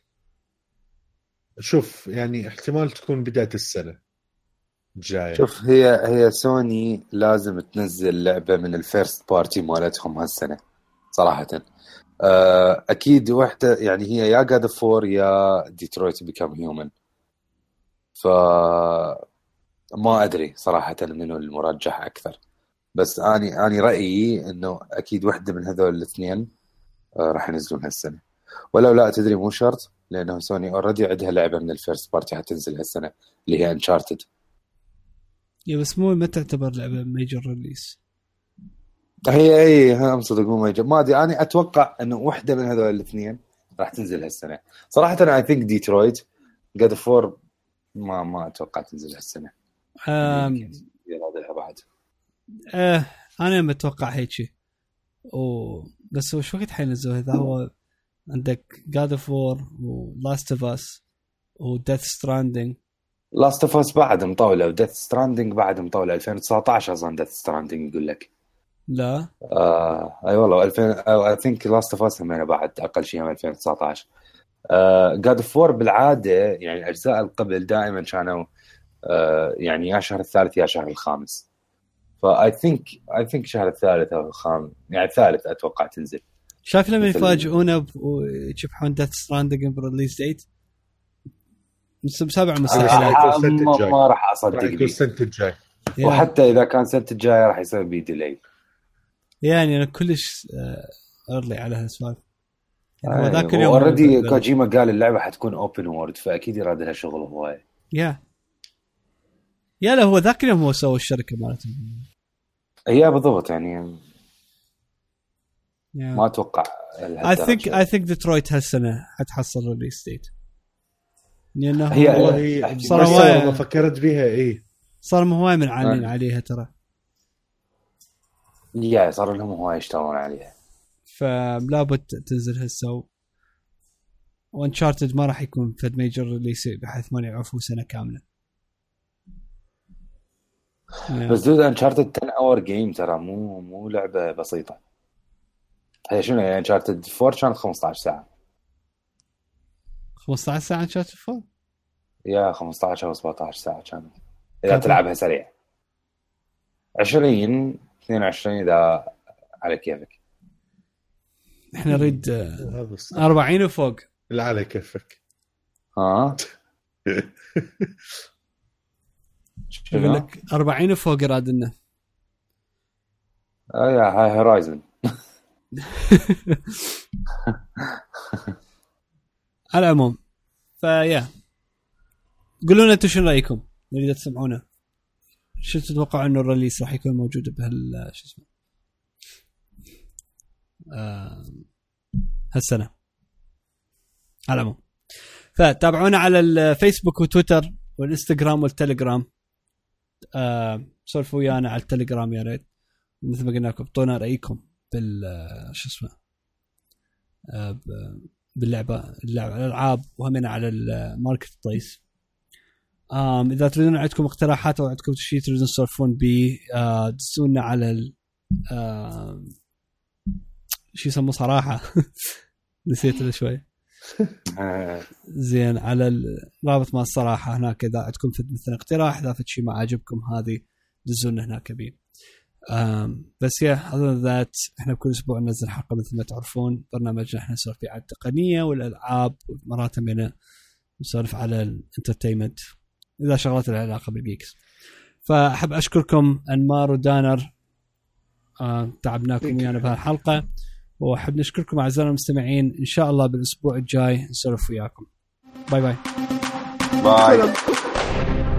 شوف يعني احتمال تكون بداية السنة جاية. شوف هي هي سوني لازم تنزل لعبة من الفيرست بارتي مالتهم هالسنة صراحة. أكيد واحدة يعني هي يا God of War يا ديترويت بيكام هيومن. فما أدري صراحة منو المرجح أكثر، بس أنا أنا رأيي إنه أكيد واحدة من هذول الاثنين راح ينزلون هالسنة. ولو لا تدري مو شرط، لأنه سوني أوريدي عندها لعبة من الفيرست بارتي هتنزل هالسنة اللي هي أنشارتد. يا بس مو ما تعتبر لعبة ميجر ريليس. هي هي هم صدق مو ميجر. ما أدري أنا أتوقع إنه واحدة من هذول الاثنين راح تنزل هالسنة صراحة. أنا I think ديترويت God of War ما ما أتوقع تنزل هالسنة. أم يلا بعد. أه أنا متوقع هيك شيء. أو بس وش وقت حينزلوا هذا؟ هو عندك God of War و Last of Us و Death Stranding. Last of Us بعد مطولة و Death Stranding بعد مطولة ألفين وتسعة عشر أظن Death Stranding يقول لك. لا آه أي والله ألفين I think Last of Us همينة بعد أقل شيء من ألفين وتسعة عشر. آه God of War بالعادة يعني الأجزاء القبل دائما كانوا آه يعني يا شهر الثالث يا شهر الخامس. فا I think I think شهر الثالث أو الخامس يعني الثالث أتوقع تنزل. شايف لما يفاجئونا ويشبحون Death Stranding بريليز ديت سبعة مساحة ما, ما راح أصدق يكون السنة الجاي. وحتى إذا كان سنة الجاية راح يسوي بي ديلي. يعني أنا كلش أرلي على هالسؤال. يعني آه ذاك اليوم أوردي كوجيما قال اللعبة حتكون أوبن وورد فأكيد يراد لها شغل هواي. يا يا لا هو ذاك اليوم هو سوى الشركة مالته. هي بالضبط يعني yeah. ما أتوقع. I think I think Detroit هالسنة حتحصل ريليس ديت. لأنه هي هي صار هواي ما فكرت بيها إيه صار هواي من عالين عليها ترى. يا صار لهم هواي يشتغلون عليها فلا بد تنزل هالسو. وانشارتد ما راح يكون فد ميجر ريليس بحيث ما يعرفوا سنة كاملة. بس دود انشارتد عشرة اور جيم ترى مو مو لعبة بسيطة. هي شنو يعني انشارتد أربعة كانت خمسة عشر ساعة. خمسة عشر ساعة انشارتد أربعة يا خمسة عشر أو سبعة عشر ساعة كانت إذا تلعبها سريع. عشرين اثنين وعشرين إذا على كيفك. احنا نريد أربعين وفوق. لا على كيفك. ها يقول لك أربعين وفوق يرادنا. اه يا هاي هورايزن. على العموم فيا قولوا لنا انتم شنو رايكم نريد تسمعونا شو تتوقعوا انه الريليس راح يكون موجود بهال شو اسمه آه هالسنه. على العموم فتابعونا على الفيسبوك وتويتر والانستغرام والتليجرام. آه سولفوا ويانا على التليجرام يا ريت. مثل ما قلنا لكم اعطونا رايكم بال شو اسمه آه باللعبه اللعبه الالعاب وهمنا على الماركت بليس. آم اذا تريدون عندكم اقتراحات او عندكم شيء تريدون تسولفون به آه دسونا على ال آه شو يسموه صراحه نسيت شوي زين على الرابط مال الصراحه هناك. اذا عندكم فد مثلا اقتراح اذا فد شيء ما عجبكم هذه دزونا هناك بيه. أم بس يا هذا ذات احنا بكل اسبوع ننزل حلقه مثل ما تعرفون. برنامجنا احنا نسولف فيه على التقنيه والالعاب ومرات من نسولف على الانترتينمنت اذا شغلات العلاقه بالجيكس. فاحب اشكركم انمار ودانر أه تعبناكم ويانا بهالحلقه. واحب نشكركم اعزائنا المستمعين. ان شاء الله بالاسبوع الجاي نسولف وياكم. باي باي باي.